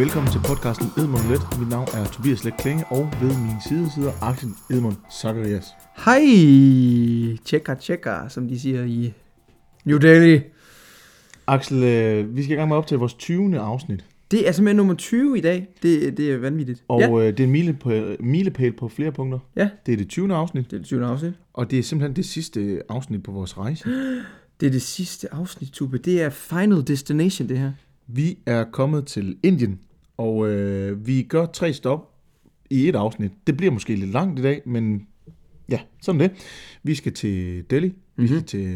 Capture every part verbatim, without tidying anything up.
velkommen til podcasten Edmund Let. Mit navn er Tobias Let Klinge, og ved min side sidder Axel Edmund Zacharias. Hej, tjekker, tjekker, som de siger i New Delhi. Axel, øh, vi skal i gang med op til vores tyvende afsnit. Det er simpelthen nummer tyve i dag. Det, det er vanvittigt. Og ja. øh, det er en milepæl, milepæl på flere punkter. Ja. Det er det tyvende afsnit. Det er det tyvende afsnit. Og det er simpelthen det sidste afsnit på vores rejse. Det er det sidste afsnit, Tube. Det er Final Destination, det her. Vi er kommet til Indien, og øh, vi gør tre stop i et afsnit. Det bliver måske lidt langt i dag, men ja, sådan det. Vi skal til Delhi, mm-hmm. vi skal til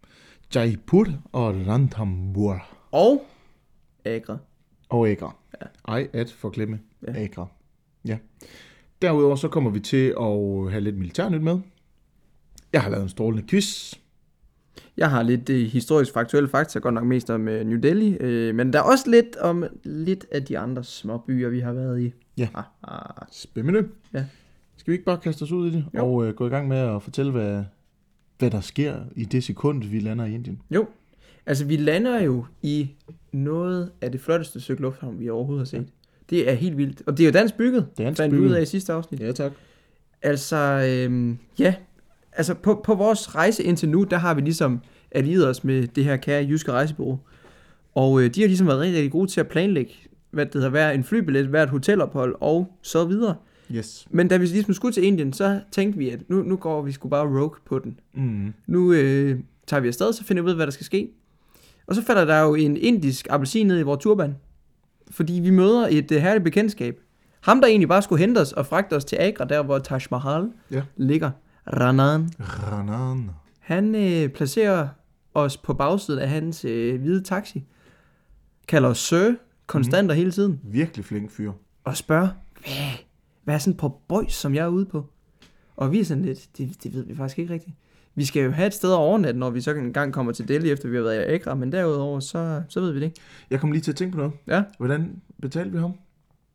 Jaipur og Ranthambore. Og Agra. Og Agra. Ja. Ej, at forglemme ja. Agra. Ja. Derudover så kommer vi til at have lidt militærnyt med. Jeg har lavet en strålende quiz. Jeg har lidt uh, historisk faktuelle fakta, godt nok mest om uh, New Delhi, uh, men der er også lidt om lidt af de andre små byer, vi har været i. Ja, ah, ah. spændende. Ja. Skal vi ikke bare kaste os ud i det, jo. og uh, gå i gang med at fortælle, hvad, hvad der sker i det sekund, vi lander i Indien? Jo, altså vi lander jo i noget af det flotteste stykke lufthavn, vi overhovedet har set. Ja. Det er helt vildt, og det er jo dansk bygget, dansk fandt bygget. vi ud af i sidste afsnit. Ja, tak. Altså, øhm, ja, altså på, på vores rejse indtil nu, der har vi ligesom allieret os med det her kære jyske rejsebureau. Og øh, de har ligesom været rigtig, rigtig gode til at planlægge, hvad det hedder, hver en flybillet, hvert hotelophold og så videre. Yes. Men da vi ligesom skulle til Indien, så tænkte vi, at nu, nu går vi sgu bare rogue på den. Mm. Nu øh, tager vi afsted, så finder vi ud af, hvad der skal ske. Og så falder der jo en indisk appelsin ned i vores turban. Fordi vi møder et uh, herligt bekendtskab. Ham, der egentlig bare skulle hente os og fragte os til Agra, der hvor Taj Mahal ja. ligger. Ranan. Ranan. Han øh, placerer os på bagsiden af hans øh, hvide taxi. Kalder os sir, konstant og mm. hele tiden. Virkelig flink fyr. Og spørger, hvad, hvad er sådan på boys, som jeg er ude på? Og vi er sådan lidt, det, det ved vi faktisk ikke rigtigt. Vi skal jo have et sted at overnatte, når vi så en gang kommer til Delhi, efter vi har været i Agra, men derudover, så, så ved vi det ikke. Jeg kom lige til at tænke på noget. Ja. Hvordan betalte vi ham?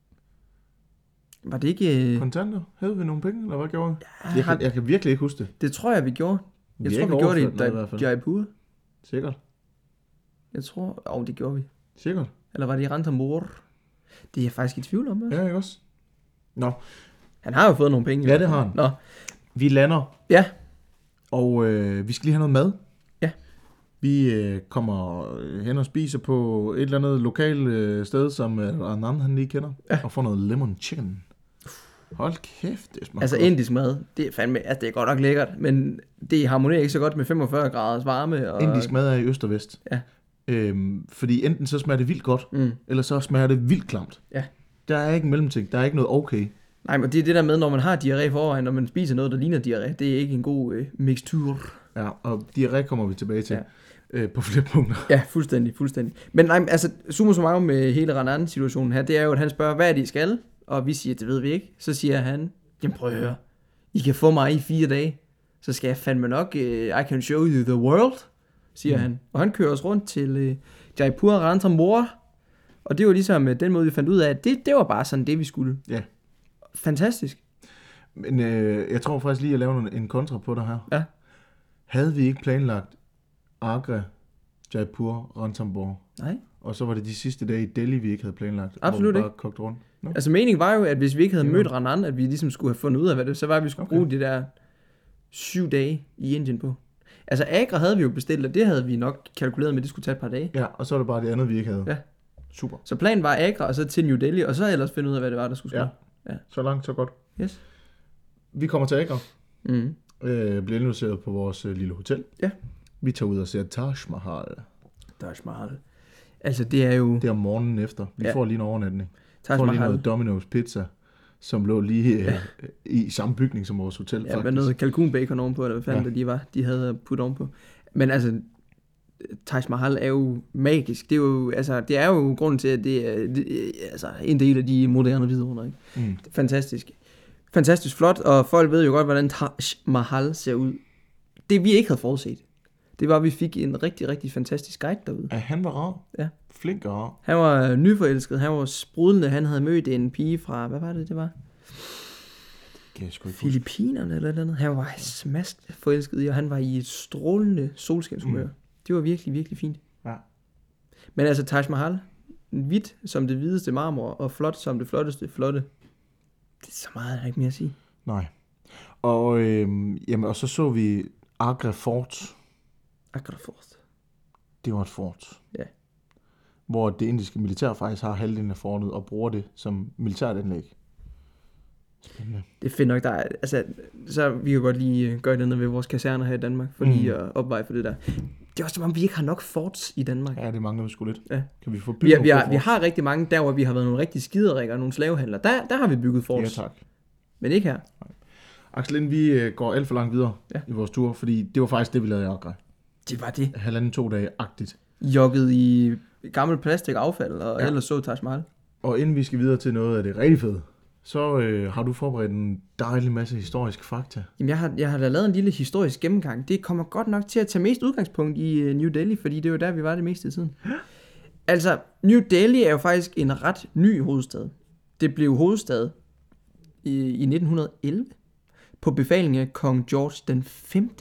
Var det ikke... Øh... Kontanter? Havde vi nogle penge, eller hvad gjorde vi? Ja, jeg, kan, jeg kan virkelig ikke huske det. Det tror jeg, vi gjorde. Jeg vi tror, vi gjorde det i Jaipur. Sikkert. Jeg tror... Åh, oh, det gjorde vi. Sikkert. Eller var det i Ranthambore? Det er jeg faktisk i tvivl om. Også. Ja, ikke også? Nå. Han har jo fået nogle penge. Ja, det har han. Nå. Vi lander. Ja. Og øh, vi skal lige have noget mad. Ja. Vi øh, kommer hen og spiser på et eller andet lokalt øh, sted, som øh, Anand han lige kender. Ja. Og får noget lemon chicken. Hold kæft, det smager Altså godt. indisk mad, det er fandme, altså det er godt nok lækkert, men det harmonerer ikke så godt med femogfyrre graders varme. Og... Indisk mad er i øst og vest. Ja. Øhm, fordi enten så smager det vildt godt, mm. eller så smager det vildt klamt. Ja. Der er ikke en mellemting, der er ikke noget okay. Nej, men det er det der med, når man har diarré forvejen, når man spiser noget, der ligner diarré, det er ikke en god øh, mixtur. Ja, og diarré kommer vi tilbage til. Ja. Øh, på flere punkter. Ja, fuldstændig, fuldstændig. Men nej, altså, summa summarum med hele Ranan-situationen her, det er jo, at han spørger, hvad er det, I skal? Og vi siger, det ved vi ikke. Så siger han, jamen prøv at høre, I kan få mig i fire dage, så skal jeg fandme nok, uh, I can show you the world, siger mm. han. Og han kører os rundt til uh, Jaipur og Ranthambore, og det var ligesom uh, den måde, vi fandt ud af, at det, det var bare sådan det, vi skulle. Ja. Yeah. Fantastisk. Men øh, jeg tror faktisk lige, at lave en kontra på det her. Ja. Havde vi ikke planlagt Agra, Jaipur, Ranthambore? Nej. Og så var det de sidste dage i Delhi, vi ikke havde planlagt. Absolut bare ikke. Kogt rundt. No. Altså meningen var jo, at hvis vi ikke havde ja. mødt Ranan, at vi ligesom skulle have fundet ud af, hvad det så var, at vi skulle okay. bruge de der syv dage i Indien på. Altså Agra havde vi jo bestilt, og det havde vi nok kalkuleret med, at det skulle tage et par dage. Ja, og så var det bare det andet, vi ikke havde. Ja. Super. Så planen var Agra, og så til New Delhi, og så ellers finde ud af, hvad det var, der skulle ske. Ja. Ja. Så langt, så godt. Yes. Vi kommer til Agra. Mm. Øh, bliver indlogeret på vores øh, lille hotel. Ja. Vi tager ud og ser Taj Mahal. Taj Mahal. Altså det er jo... Det er om morgenen efter. Vi ja. får lige en overnatning. Taj får Mahal. lige noget Domino's pizza, som lå lige øh, ja. i samme bygning som vores hotel. Ja, faktisk. med noget kalkunbacon ovenpå, eller hvad fanden ja. de var, de havde puttet ovenpå. Men altså, Taj Mahal er jo magisk. Det er jo, altså, det er jo grunden til, at det er det, altså, en del af de moderne vidunder, ikke? Mm. Fantastisk. Fantastisk flot, og folk ved jo godt, hvordan Taj Mahal ser ud. Det vi ikke havde forudset, det var, at vi fik en rigtig, rigtig fantastisk guide derude. Ja, han var rar. Ja. Flink og rar. Han var nyforelsket, han var sprudlende, han havde mødt en pige fra, hvad var det, det var? Filippinerne eller noget andet. Han var smask forelsket i, og han var i et strålende solskinshumør. Mm. Det var virkelig, virkelig fint. Ja. Men altså Taj Mahal, hvidt som det hvideste marmor, og flot som det flotteste flotte. Det er så meget, jeg har ikke mere at sige. Nej. Og, øh, jamen, og så så vi Agra Fort. Agra Fort. Det var et fort. Ja. Hvor det indiske militær faktisk har halvdelen af fortet og bruger det som militært anlæg. Spændende. Det er fedt nok, der er, altså, så vi kan godt lige gøre det ned ved vores kaserner her i Danmark, for lige Mm. at opveje for det der. Det er også som om, vi ikke har nok forts i Danmark. Ja, det mangler vi sgu lidt. Ja. Kan vi få Vi, bygget har, vi, nogle har, vi forts? har rigtig mange, der hvor vi har været nogle rigtig skiderikker og nogle slavehandler. Der, der har vi bygget forts, Ja, tak. men ikke her. Axel, inden vi øh, går alt for langt videre Ja. i vores tur, fordi det var faktisk det, vi lavede i Agra. Det var det. Halvanden to dage-agtigt. Jogget i gammelt plastikaffald, og Ja. ellers så Taj Mahal. Og inden vi skal videre til noget af det rigtig fede, så øh, har du forberedt en dejlig masse historiske fakta. Jamen, jeg har, jeg har da lavet en lille historisk gennemgang. Det kommer godt nok til at tage mest udgangspunkt i uh, New Delhi, fordi det er jo der, vi var det meste af tiden. Altså, New Delhi er jo faktisk en ret ny hovedstad. Det blev hovedstad i, i nitten elleve på befaling af kong George den femte.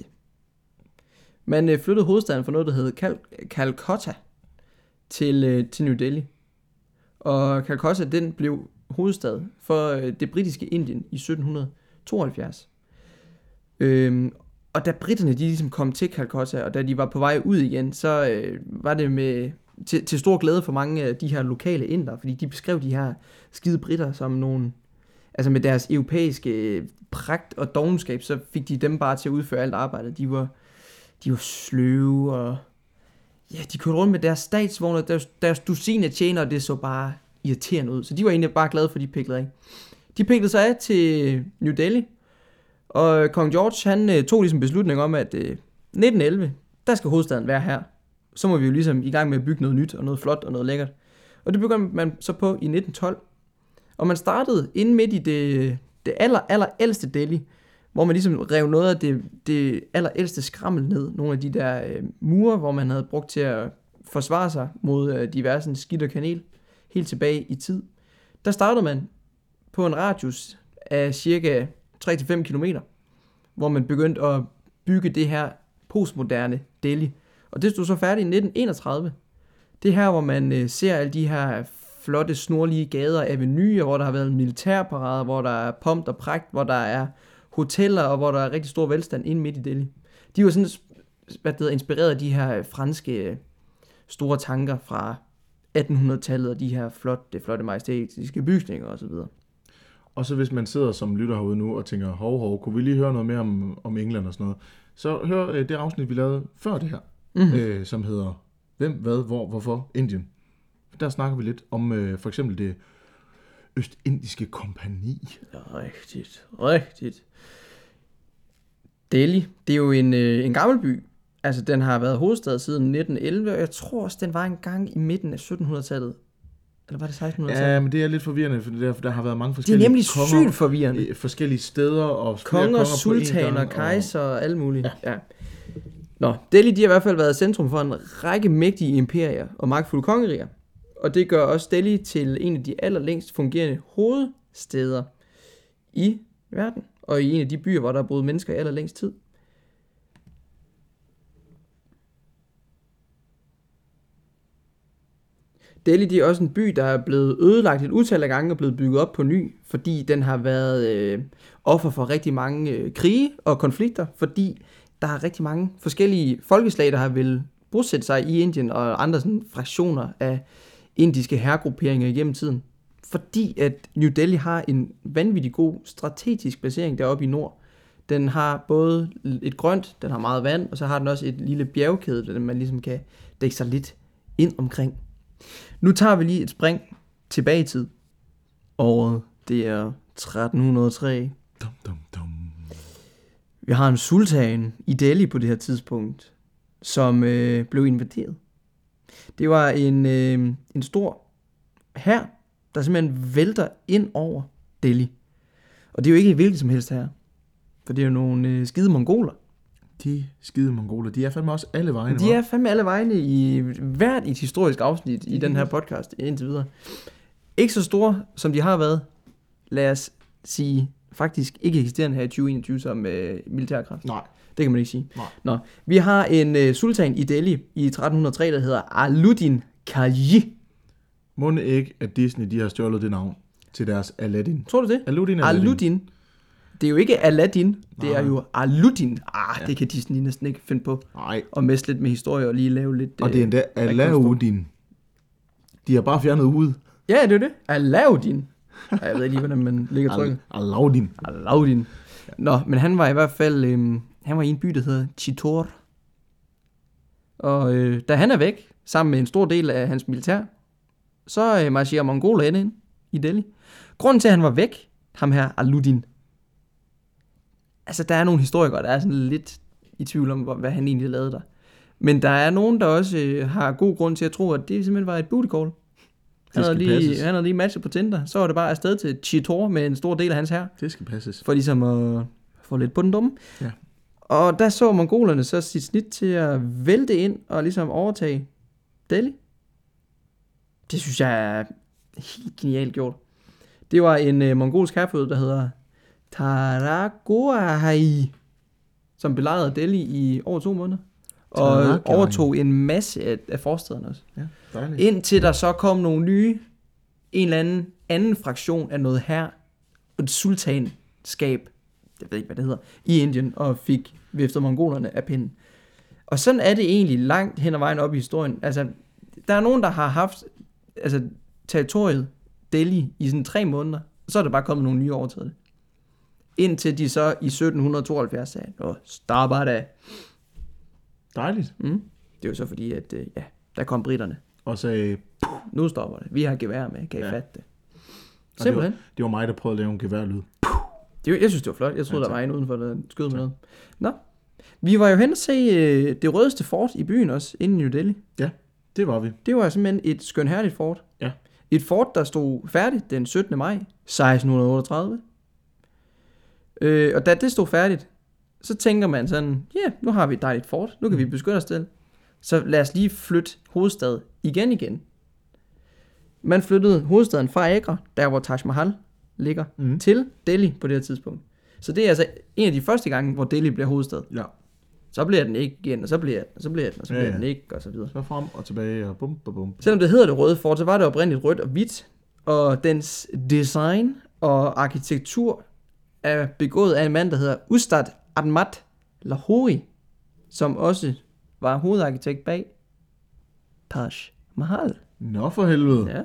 Man uh, flyttede hovedstaden fra noget, der hed Cal- Calcutta til, uh, til New Delhi. Og Calcutta, den blev hovedstad for uh, det britiske Indien i sytten tooghalvfjerds. Øhm, og da britterne de ligesom kom til Calcutta, og da de var på vej ud igen, så øh, var det med til, til stor glæde for mange af de her lokale inder, fordi de beskrev de her skide britter som nogle, altså med deres europæiske pragt og dovenskab, så fik de dem bare til at udføre alt arbejdet. De var, de var sløve, og ja, de kørte rundt med deres statsvogne, deres, deres dusin tjenere, og det så bare irriterende ud. Så de var egentlig bare glade for, de piklede af. De piklede sig af til New Delhi, og kong George, han øh, tog ligesom beslutning om, at øh, nitten elleve, der skal hovedstaden være her. Så må vi jo ligesom i gang med at bygge noget nyt, og noget flot, og noget lækkert. Og det begyndte man så på i nitten tolv. Og man startede inde midt i det, det aller, aller ældste Delhi, hvor man ligesom rev noget af det, det aller ældste skrammel ned. Nogle af de der øh, mure, hvor man havde brugt til at forsvare sig mod øh, diverse skidt og kanel, helt tilbage i tid. Der startede man på en radius af cirka tre til fem kilometer, hvor man begyndte at bygge det her postmoderne Delhi. Og det stod så færdigt i nitten enogtredive. Det her, hvor man øh, ser alle de her flotte, snorlige gader og avenuer, hvor der har været militærparader, hvor der er pomp og pragt, hvor der er hoteller, og hvor der er rigtig stor velstand inde midt i Delhi. De var sådan, hvad det hedder, inspireret af de her franske store tanker fra attenhundredetallet, og de her flotte, flotte majestætiske bygninger osv. Og så hvis man sidder som lytter herude nu og tænker, hov, hov, kunne vi lige høre noget mere om, om England og sådan noget, så hør øh, det afsnit, vi lavede før det her, mm-hmm. øh, som hedder Hvem, hvad, hvor, hvorfor, Indien. Der snakker vi lidt om øh, for eksempel det Østindiske Kompagni. Ja, rigtigt, rigtigt. Delhi, det er jo en, øh, en gammel by. Altså, den har været hovedstad siden nitten elleve, og jeg tror også, den var en gang i midten af syttenhundredetallet. Eller var det sekstenhundredetallet? Ja, men det er lidt forvirrende, for der, der har været mange Det er forskellige nemlig konger, sygt forvirrende. øh, forskellige steder og flere Konger, konger på én sultaner, gang, kejser og alt muligt. Ja. Ja. Nå, Delhi, de har i hvert fald været centrum for en række mægtige imperier og magtfulde kongeriger. Og det gør også Delhi til en af de allerlængst fungerende hovedsteder i verden. Og i en af de byer, hvor der er boet mennesker i allerlængst tid. Delhi, det er også en by, der er blevet ødelagt et utal af gange og blevet bygget op på ny, fordi den har været øh, offer for rigtig mange øh, krige og konflikter, fordi der er rigtig mange forskellige folkeslag, der har vil bosætte sig i Indien og andre sådan, fraktioner af indiske herregrupperinger igennem tiden. Fordi at New Delhi har en vanvittig god strategisk placering deroppe i nord. Den har både et grønt, den har meget vand, og så har den også et lille bjergkæde, der man ligesom kan dække sig lidt ind omkring. Nu tager vi lige et spring tilbage i tid. Året, det er tretten hundrede og tre. Dum, dum, dum. Vi har en sultan i Delhi på det her tidspunkt, som øh, blev invaderet. Det var en, øh, en stor hær, der simpelthen vælter ind over Delhi. Og det er jo ikke hvilket som helst her, for det er jo nogle øh, skide mongoler. De skide mongoler, de er fandme også alle vegne. De er fandme alle vegne i hvert et historisk afsnit i den her podcast indtil videre. Ikke så store, som de har været. Lad os sige, faktisk ikke eksisterende her i tyve enogtyve som øh, militærkraft. Nej. Det kan man ikke sige. Nej. Nå, vi har en øh, sultan i Delhi i tretten hundrede og tre, der hedder Alauddin Khalji. Må ikke, at Disney de har stjålet det navn til deres Aladdin. Tror du det? Aladdin. Aladdin. Aladdin. Det er jo ikke Aladdin, det Nej. er jo Aladdin. Ah, Ja. det kan Disney næsten ikke finde på. Nej. Og mest lidt med historie og lige lave lidt... Og det er endda Aladdin. De har bare fjernet ud. Ja, det er det. Aladdin. Jeg ved ikke lige, hvordan man ligger trykket. Aladdin. Aladdin. Nå, men han var i hvert fald... Øhm, han var i en by, der hedder Chittor. Og øh, da han er væk, sammen med en stor del af hans militær, så øh, marcherer mongolerne ind i Delhi. Grunden til, at han var væk, ham her Aladdin. Altså, der er nogle historikere, der er sådan lidt i tvivl om, hvad han egentlig lavede der. Men der er nogen, der også øh, har god grund til at tro, at det simpelthen var et booty call. Han havde, lige, han havde lige matchet på Tinder. Så var det bare afsted til Chittor med en stor del af hans hær. Det skal passes. For ligesom at få lidt på den dumme. Ja. Og der så mongolerne så sit snit til at vælte ind og ligesom overtage Delhi. Det synes jeg er helt genialt gjort. Det var en øh, mongolsk hærflåde, der hedder Taragoahai, som belejrede Delhi i over to måneder. Og Taragoahai. overtog en masse af, af forstederne også. Ja, dejligt. Indtil der så kom nogle nye, en eller anden anden fraktion af noget her, et sultanskab, jeg ved ikke, hvad det hedder, i Indien, og fik viftet mongolerne af pinden. Og sådan er det egentlig langt hen ad vejen op i historien. Altså, der er nogen, der har haft altså, territoriet Delhi i sådan tre måneder, og så er der bare kommet nogle nye overtaget det. Indtil de så i sytten tooghalvfjerds sagde, åh, stopper da. Dejligt. Mm. Det er jo så fordi, at øh, ja, der kom britterne. Og sagde, Nu stopper det. Vi har gevær med. Kan I Ja. fatte det? det Simpelthen. var, det var mig, der prøvede at lave en geværlyd. Det, var- jeg synes, det var flot. Jeg troede, Ja, der var tak. en udenfor, der skød med noget. Nå. Vi var jo hen og se øh, det rødeste fort i byen også, inde i New Delhi. Det var vi. Det var simpelthen et skønherligt fort. Ja. Et fort, der stod færdigt den syttende maj seksten otteogtredive. Øh, og da det stod færdigt, så tænker man sådan, ja, yeah, nu har vi et dejligt fort. Nu kan vi beskytte os til. Så lad os lige flytte hovedstad igen igen. Man flyttede hovedstaden fra Agra, der hvor Taj Mahal ligger, Mm. til Delhi på det her tidspunkt. Så det er altså en af de første gange, hvor Delhi bliver hovedstad. Ja. Så bliver den ikke igen, og så bliver den, og så bliver den, og så Ja, bliver ja. den ikke, og så videre. Så frem og tilbage og bum, bum, bum. Selvom det hedder det røde fort, så var det oprindeligt rødt og hvidt, og dens design og arkitektur er begået af en mand, der hedder Ustad Ahmad Lahori, som også var hovedarkitekt bag Taj Mahal. Nå for helvede. Ja.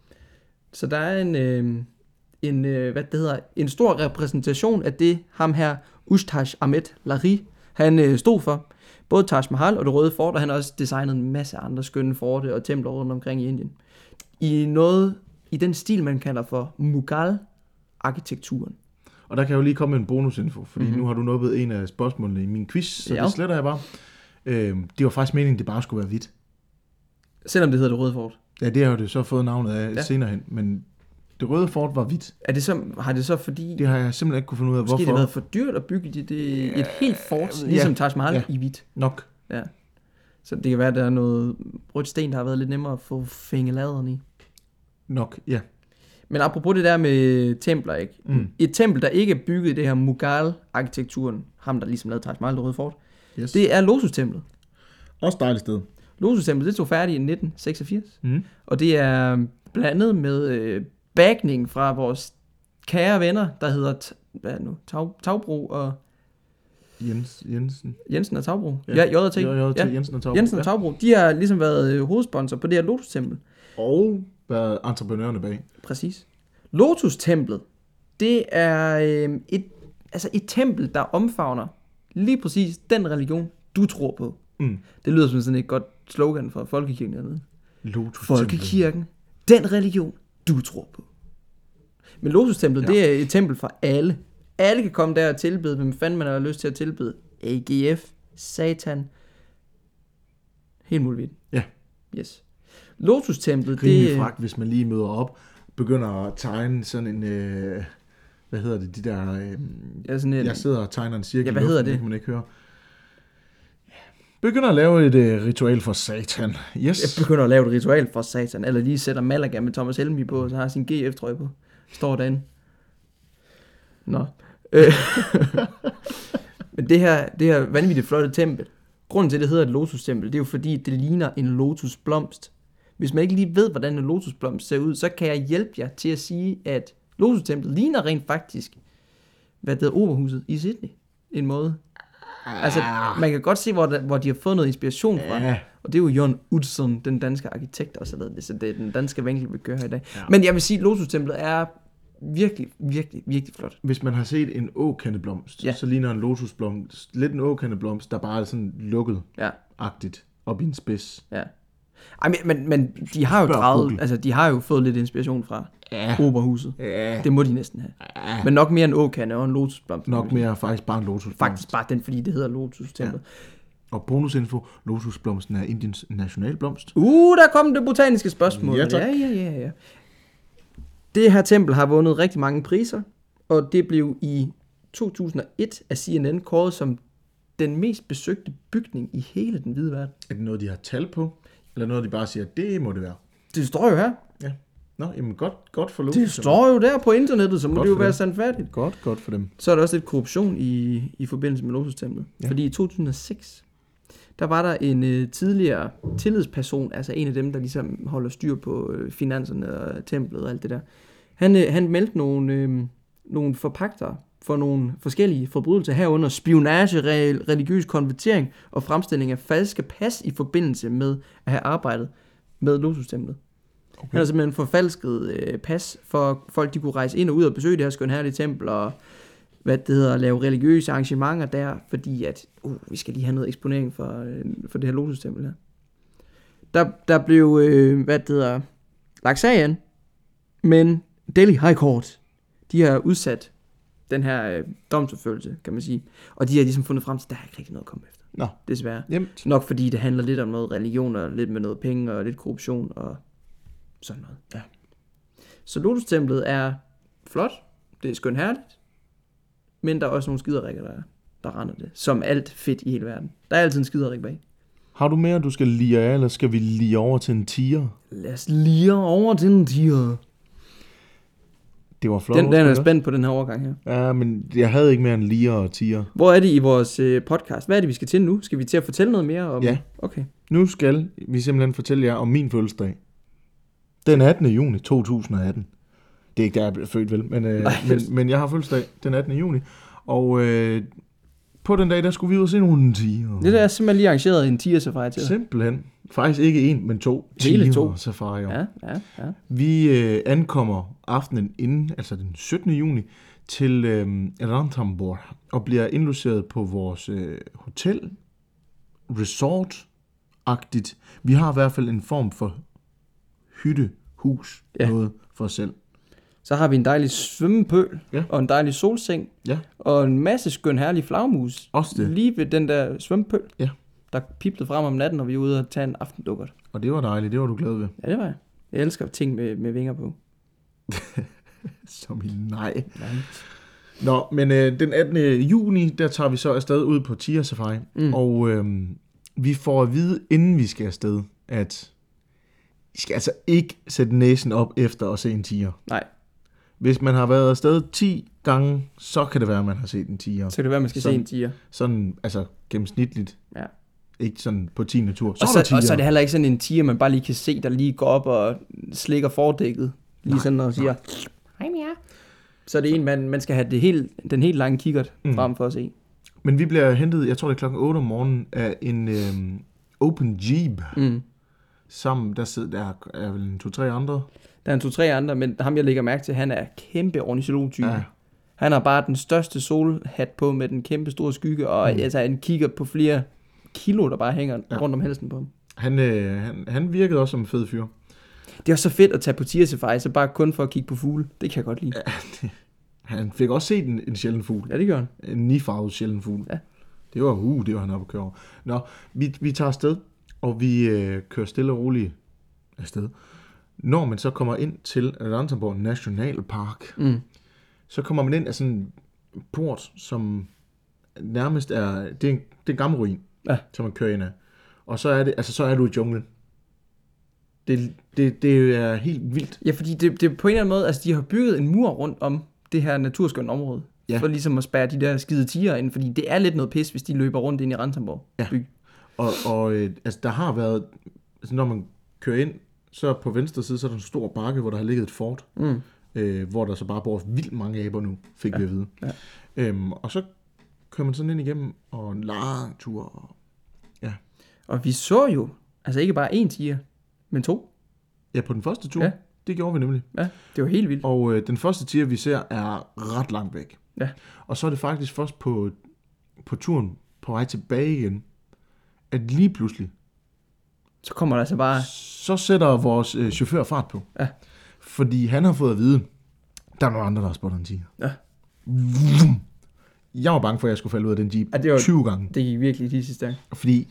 Så der er en, øh, en øh, hvad det hedder, en stor repræsentation af det, ham her Ustad Ahmed Lahori, han øh, stod for. Både Taj Mahal og det røde fort, og han har også designet en masse andre skønne forte og templer rundt omkring i Indien. I noget, i den stil, man kalder for Mughal-arkitekturen. Og der kan jeg jo lige komme med en bonusinfo, fordi Mhm. mm-hmm. nu har du nåået en af spørgsmålene i min quiz, så Ja. det sletter jeg bare. Øhm, det var faktisk meningen, det bare skulle være hvidt. Selvom det hedder det røde fort. Ja, det har jo det så fået navnet af Ja. ja. senere hen, men det røde fort var hvidt. Er det så, har det så fordi, Det har jeg simpelthen ikke kunne finde ud af, måske det hvorfor. har været for dyrt at bygge det, det, et helt fort, Ja. ligesom Taj Mahal Ja. i hvidt? Nok. Ja. Så det kan være, at der er noget rødt sten, der har været lidt nemmere at få fængeladeren i. Nok, ja. Men apropos det der med templer, ikke? Mm. Et tempel, der ikke er bygget i det her Mughal-arkitekturen, ham der ligesom lavede Taj Mahal, det røde fort, Yes. det er Lotus-templet. Også dejligt sted. Lotus-templet, det stod færdigt i nitten seksogfirs. Mm. Og det er blandet med øh, backing fra vores kære venner, der hedder t- hvad er det nu? Tag, Tagbro og Jens, Jensen. Jensen og Tagbro. Ja. Ja, J og T. J J T. Ja. Jensen og Taub. Jensen og Tagbro, de har ligesom været øh, hovedsponsor på det her Lotus-tempel. Og været entreprenørerne bag. Præcis. Lotus-templet, det er øh, et, altså et tempel, der omfavner lige præcis den religion, du tror på. Mm. Det lyder som sådan et godt slogan for Folkekirken dernede. Lotus. Folkekirken, den religion, du tror på. Men Lotus-templet, Ja. ja. det er et tempel for alle. Alle kan komme der og tilbede, hvem fanden man har lyst til at tilbede. A G F, Satan. Helt muligt. Ja. Yes. Lotus-templet, Rimelig det... fragt, hvis man lige møder op, begynder at tegne sådan en, øh, hvad hedder det, de der, øh, Ja, sådan en, jeg sidder og tegner en cirkel Ja, i hvad luften, hedder det? det kan man ikke høre. Begynder at lave et øh, ritual for satan. Yes. Jeg begynder at lave et ritual for Satan, eller lige sætter Malaga med Thomas Helmig på, og så har sin G F-trøje på. Står derinde. Nå. Øh. Men det her, det her vanvittigt flotte tempel, grunden til, at det hedder et lotus-tempel, det er jo fordi, det ligner en lotusblomst. Hvis man ikke lige ved, hvordan en lotusblomst ser ud, så kan jeg hjælpe jer til at sige, at Lotustemplet ligner rent faktisk, hvad det hedder, Operahuset i Sydney. En måde. Altså, man kan godt se, hvor, der, hvor de har fået noget inspiration fra. Ja. Og det er jo Jørgen Utzon, den danske arkitekt, der også har lavet det. Så det er den danske vinkel, vi kører her i dag. Ja. Men jeg vil sige, at Lotustemplet er virkelig, virkelig, virkelig flot. Hvis man har set en åkandeblomst, Ja. så ligner en lotusblomst lidt en åkandeblomst, der bare er sådan lukket-agtigt Ja, op i en spids. ja. Ej, men, men, men de har jo Spørg draget, Google. altså de har jo fået lidt inspiration fra Ja. Operahuset. Ja. Det må de næsten have. Ja. Men nok mere en åkande og en lotusblomst. Nok mere faktisk bare en lotusblomst. Faktisk bare den, fordi det hedder Lotustemplet. Og bonusinfo, lotusblomsten er Indiens nationalblomst. Uh, der kom det botaniske spørgsmål. Ja, tak. ja, ja, ja, ja. Det her tempel har vundet rigtig mange priser, og det blev i to tusind og et af C N N kåret som den mest besøgte bygning i hele den hvide verden. Er det noget, de har tal på? Eller noget, de bare siger, det må det være? Det står jo her. Ja. Nå, jamen godt, godt for Lotus. Det står jo der på internettet, så må Godt det jo for være dem. sandfærdigt. Godt, godt for dem. Så er der også lidt korruption i, i forbindelse med Lotustemplet. Ja. Ja. Fordi i to tusind og seks, der var der en øh, tidligere tillidsperson, altså en af dem, der ligesom holder styr på øh, finanserne og templet og alt det der. Han, øh, han meldte nogle, øh, nogle forpagtere for nogle forskellige forbrydelser herunder spionage, re- religiøs konvertering og fremstilling af falske pas i forbindelse med at have arbejdet med Lotustemplet. Okay. Han har simpelthen forfalsket øh, pas for folk, de kunne rejse ind og ud og besøge det her skønherlige tempel og hvad det hedder, lave religiøse arrangementer der, fordi at uh, vi skal lige have noget eksponering for, øh, for det her Lotustempel her. Der, der blev, øh, hvad det hedder, lagt sag an, men Delhi High Court, de har udsat den her øh, domsforfølgelse, kan man sige, og de har ligesom fundet frem til, at der er ikke rigtig noget at komme efter. Nå, Desværre. jemt. Nok fordi det handler lidt om noget religion, og lidt med noget penge, og lidt korruption, og sådan noget. Ja. Så Lotustemplet er flot, det er skønherligt, men der er også nogle skiderikker, der, der render det. Som alt fedt i hele verden. Der er altid en skiderik bag. Har du mere, du skal lige af, eller skal vi lige over til en tiger? Lad os lige over til den tiger. Det var flot. Den, den er overskud, spændt på den her overgang her. Ja, men jeg havde ikke mere end liger og tiger. Hvor er det i vores øh, podcast? Hvad er det, vi skal til nu? Skal vi til at fortælle noget mere om? Ja. Okay. Nu skal vi simpelthen fortælle jer om min fødselsdag. Den attende juni to tusind og atten. Det er ikke der, jeg blev født, vel? Men, øh, Nej. men, men jeg har fødselsdag den attende juni. Og øh, på den dag, der skulle vi ud og se nogle tiger. Det der er simpelthen lige arrangeret en tiger safari til dig. Simpelthen. Faktisk ikke en, men to. Hele tiger to. safarier. Ja, ja, ja. Vi øh, ankommer aftenen inden, altså den syttende juni, til øh, Ranthambore og bliver indlogeret på vores øh, hotel, resort-agtigt. Vi har i hvert fald en form for hytte, hus, Ja. noget for os selv. Så har vi en dejlig svømmepøl, Ja. og en dejlig solseng, Ja, og en masse skøn herlig flagmus. også det. Lige ved den der svømmepøl, Ja. der piblede frem om natten, når vi var ude og tage en aftendukkert. Og det var dejligt, det var du glad ved. Ja, det var jeg. Jeg elsker ting med, med vinger på. Som i nej. Nej. Nå, men øh, den attende juni, der tager vi så afsted ud på Tiger Safari. Mm. Og øh, vi får at vide, inden vi skal afsted, at I skal altså ikke sætte næsen op efter at se en tiger. Nej, Hvis man har været afsted ti gange, så kan det være, at man har set en tiger. så kan det være, at man skal Sådan. se en tiger. Sådan, altså gennemsnitligt. Ja. Ikke sådan på tiende tur. Så Og er der så, og så er det tiger. heller ikke sådan en tiger, man bare lige kan se, der lige går op og slikker fordækket. Lige Nej, sådan og siger, hej Mia. Så er det en, man, man skal have det helt, den helt lange kikkert Mm. mm. frem for at se. Men vi bliver hentet, jeg tror det er klokken otte om morgenen, af en øh, open jeep. Mm. Sammen, der sidder der er vel en to-tre andre. Der er en to-tre andre, men ham jeg lægger mærke til, han er kæmpe ornitolog-type. Ja. Han har bare den største solhat på med den kæmpe store skygge, og Mm. mm. altså en kigger på flere kilo, der bare hænger Ja. ja. rundt om halsen på ham. Han, øh, han, han virkede også som en fed fyr. Det er også så fedt at tage på tiger safari, så bare kun for at kigge på fugle. Det kan jeg godt lide. Han fik også set en, en sjælden fugl. Ja, det gør han. En nifarvet sjælden fugl. Ja. Det var, uh, det var han oppe at køre over. Nå, vi, vi tager afsted, og vi øh, kører stille og roligt afsted. Når man så kommer ind til Ranthambore Nationalpark, Mm. så kommer man ind af sådan en port, som nærmest er, det er en, det er en gammel ruin, Ja. som man kører ind af. Og så er det, altså så er du i junglen. Det, det, det er helt vildt. Ja, fordi det, det er på en eller anden måde, altså de har bygget en mur rundt om det her naturskønne område. Ja. For ligesom at spærre de der skide tiger ind, fordi det er lidt noget pis, hvis de løber rundt ind i Ranthambore Ja. by. Og, og øh, altså der har været, altså når man kører ind Så på venstre side, så er der en stor bakke, hvor der har ligget et fort. Mm. Øh, hvor der så bare bor vildt mange aber nu, fik Ja. vi at vide. Ja. Øhm, og så kører man sådan ind igennem, og en lang tur. Og, ja. Og vi så jo, altså ikke bare én tiger, men to. ja, på den første tur, Ja. det gjorde vi nemlig. Ja, det var helt vildt. Og øh, den første tiger, vi ser, er ret langt væk. Ja. Og så er det faktisk først på, på turen på vej tilbage igen, at lige pludselig, Så kommer der altså bare... så sætter vores øh, chauffør fart på. Ja. Fordi han har fået at vide, der er nogle andre, der har spottet en tiger. Ja. Vum. Jeg var bange for, at jeg skulle falde ud af den jeep Ja, det var- tyve gange. Det gik virkelig lige sidste gang. Fordi,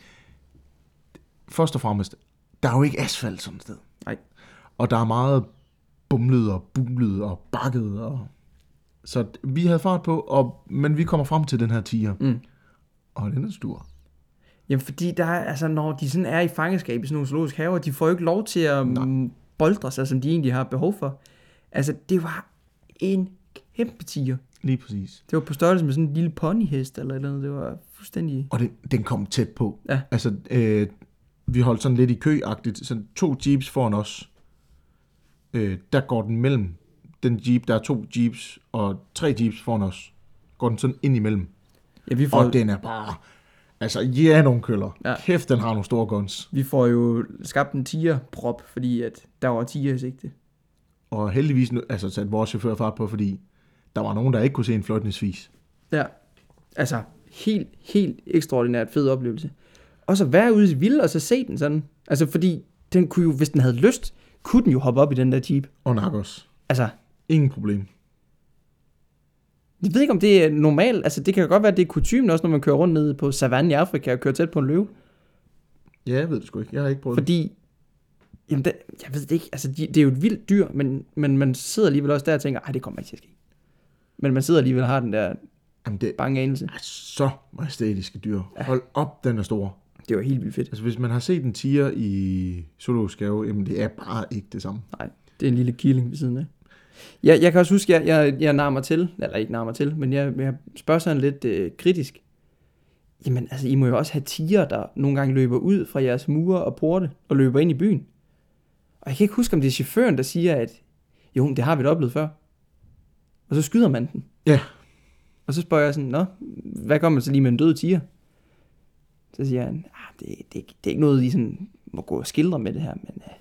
først og fremmest, der er jo ikke asfalt sådan et sted. Nej. Og der er meget bumlet og bumlet og bakket. Og... Så vi havde fart på, og... men vi kommer frem til den her tiger. Mm. Og den er stor. Jamen fordi der er, altså når de sådan er i fangeskab i sådan nogle zoologiske haver, de får jo ikke lov til at mm, boldre sig, som de egentlig har behov for. Altså det var en kæmpe tiger. Lige præcis. Det var på størrelse med sådan en lille ponyhest eller et eller andet. Det var fuldstændig... Og den, den kom tæt på. Ja. Altså, øh, vi holdt sådan lidt i kø-agtigt. Sådan to jeeps foran os. Øh, der går den mellem den jeep. Der er to jeeps og tre jeeps foran os. Går den sådan ind imellem. Ja, vi får, Og den er bare... Altså, ja, nogle køller. Ja. Ja. Kæft, den har nogle store guns. vi får jo skabt en tigerprop, fordi at der var tiger i sigte. Og heldigvis nu, altså, satte vores chauffør fart på, fordi der var nogen, der ikke kunne se en fløjtningsvis. Ja, altså helt, helt ekstraordinært fed oplevelse. Og så være ude i vildt og så se den sådan. Altså fordi den kunne jo, hvis den havde lyst, kunne den jo hoppe op i den der jeep. Og nakke os. Altså, Ingen problem. jeg ved ikke om det er normalt. Altså det kan jo godt være, at det er kutymen også, når man kører rundt nede på savannen i Afrika og kører tæt på en løve. Ja, jeg ved det sgu ikke. Jeg har ikke prøvet det. Fordi, jamen det, jeg ved det ikke. Altså de, det er jo et vildt dyr, men, men man sidder alligevel også der og tænker, ej det kommer ikke til at ske. Men man sidder alligevel og har den der Jamen, det bange anelse. er så majestætiske dyr. Hold op, den er stor. Det var helt vildt fedt. Altså, hvis man har set en tiger i zoologisk have, jamen, det er bare ikke det samme. Nej, det er en lille killing ved siden af. Jeg, jeg kan også huske, at jeg, jeg, jeg narer mig til, eller ikke narer mig til, men jeg, jeg spørger sådan lidt øh, kritisk. Jamen, altså, I må jo også have tiger, der nogle gange løber ud fra jeres mure og porte, og løber ind i byen. Og jeg kan ikke huske, om det er chaufføren, der siger, at jo, det har vi da oplevet før. Og så skyder man den. Ja. Og så spørger jeg sådan, nå, hvad gør man så lige med en død tiger? Så siger han, ah, det, det, det er ikke noget, de sådan må gå og skildre med det her, men uh,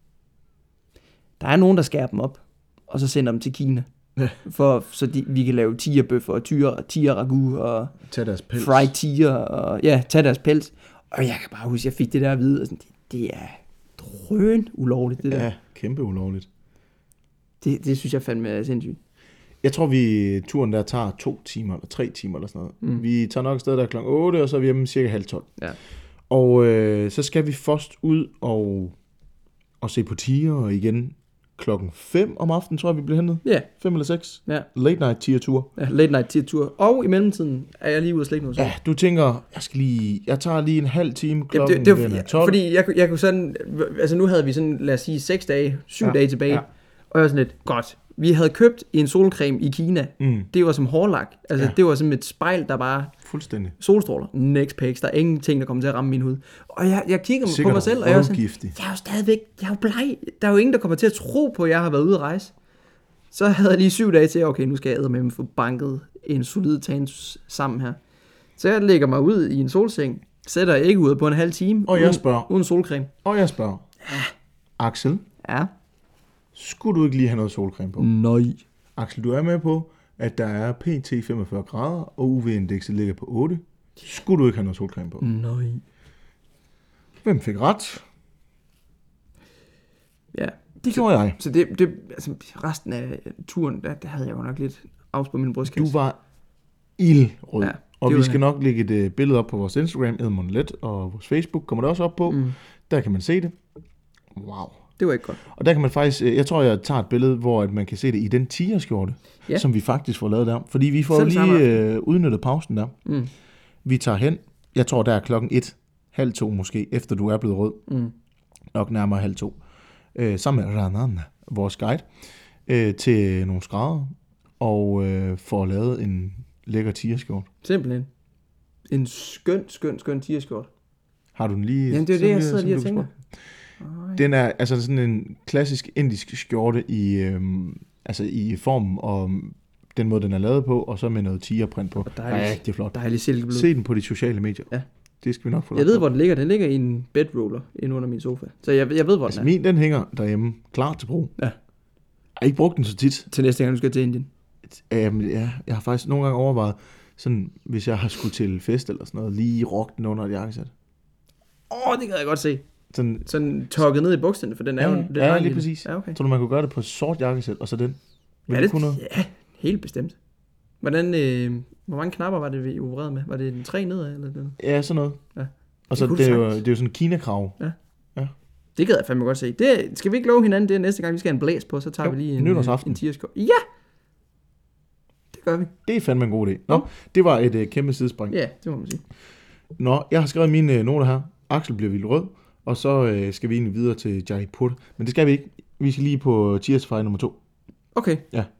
der er nogen, der skærer dem op, og så sender dem til Kina. Ja. For, så de, vi kan lave tigerbøffer og tiger, tiger ragu og Tag deres pels. fried tiger, og ja, tage deres pels. Og jeg kan bare huske, at jeg fik det der at vide, og sådan, det, det er drøn ulovligt, det der. Ja, kæmpe ulovligt. Det, det synes jeg fandme er sindssygt. Jeg tror, vi turen der tager to timer, eller tre timer, eller sådan noget. Mm. Vi tager nok afsted der klokken otte, og så er vi hjemme cirka halv tolv. Ja. Og øh, så skal vi først ud og, og se på tiger igen klokken fem om aftenen, tror jeg, vi bliver hentet. Ja, fem eller seks. ja. Late night tiger-tur. Ja, late night tiger-tur. Og i mellemtiden er jeg lige ude og slække noget. Ja, du tænker, jeg skal lige, jeg tager lige en halv time Jamen, klokken det, det var, er tolv. fordi jeg, kunne- jeg kunne sådan, altså nu havde vi sådan, lad os sige, seks dage, syv ja, Ja, dage tilbage, ja. ja. Og jeg var sådan lidt, godt, vi havde købt en solcreme i Kina, Mm, det var som hårlak, altså ja. Ja. det var som et spejl, der bare, fuldstændig. solstråler, next page, der er ingenting, der kommer til at ramme min hud. Og jeg, jeg kigger på mig selv, og jeg var sådan, giftig. jeg er jo stadigvæk, jeg er jo bleg, der er jo ingen, der kommer til at tro på, at jeg har været ude at rejse. Så havde jeg lige syv dage til, okay, nu skal jeg eddermame få banket en solid tan sammen her. Så jeg lægger mig ud i en solseng, sætter ikke ud på en halv time, Og jeg uden, spørger, uden solcreme. og jeg spørger, Axel, Ja. skulle du ikke lige have noget solcreme på? Nej. Axel, du er med på, at der er P T femogfyrre grader, og U V-indekset ligger på otte. Skulle du ikke have noget solcreme på? Nej. Hvem fik ret? Ja. Det gjorde jeg. Så det, det, altså resten af turen, der, der havde jeg jo nok lidt afs på min brystkasse. Du var ildrød. Ja, Ja, og det vi var skal det. nok lægge et uh, billede op på vores Instagram, Edmund Let, og vores Facebook kommer det også op på. Mm. Der kan man se det. Wow. Det var ikke godt. Og der kan man faktisk, øh, jeg tror, jeg tager et billede, hvor at man kan se det i den tigerskjorte, Ja. som vi faktisk får lavet der. Fordi vi får Selv samme lige øh, udnyttet pausen der. Mm. Vi tager hen, jeg tror, der er klokken et, halv to måske, efter du er blevet rød. Mm. Nok nærmere halv to. Øh, sammen med Ranan, vores guide, øh, til nogle skrædder, og øh, får lavet en lækker tigerskjorte. Simpelthen. En skøn, skøn, skøn tigerskjort. Har du den lige? Jamen, det er jo så det, jeg vi- sidder så lige du og kan tænker. spørge? Ej. Den er altså sådan en klassisk indisk skjorte i, øhm, altså i formen og den måde, den er lavet på, og så med noget tigerprint på. Og dejligt. Rigtig flot. Dejlig silkeblød. Se den på de sociale medier. Ja. Det skal vi nok få. Jeg ved, hvor den ligger. Den ligger i en bedroller inde under min sofa. Så jeg, jeg ved, hvor altså den er. min, den hænger derhjemme, klar til brug. Ja. Jeg har ikke brugt den så tit. Til næste gang, du skal til Indien. Øhm, ja, jeg har faktisk nogle gange overvejet, sådan, hvis jeg har skulle til fest eller sådan noget, lige rock den under et jakkesæt. Åh, oh, det kan jeg godt se. Sådan, Sådan tokket ned i bukserne, for den er ja, jo... Den ja, er lige lille. præcis. Ja, okay. Tror du, man kunne gøre det på sort jakkesæt, og så den? Vil Ja, du det, kunne noget? ja, helt bestemt. Hvordan, øh, hvor mange knapper var det, vi opererede med? Var det en tre nedad, eller noget? Ja, sådan noget. Ja. Og så kunne det, du er jo, sagtens. det er jo sådan en Kina-krav. Det gad jeg fandme godt se. Det, skal vi ikke love hinanden det næste gang, vi skal have en blæs på, så tager Jo, vi lige en, nytårsaften. en tierskov. Ja! Det gør vi. Det er fandme en god idé. Nå, Nå. det var et uh, kæmpe sidespring. Ja, det må man sige. Nå, jeg har skrevet mine uh, noter her. Axel bliver vildt rød, og så uh, skal vi egentlig videre til Jaipur. Men det skal vi ikke. Vi skal lige på Cheers-fejl nummer to. Okay.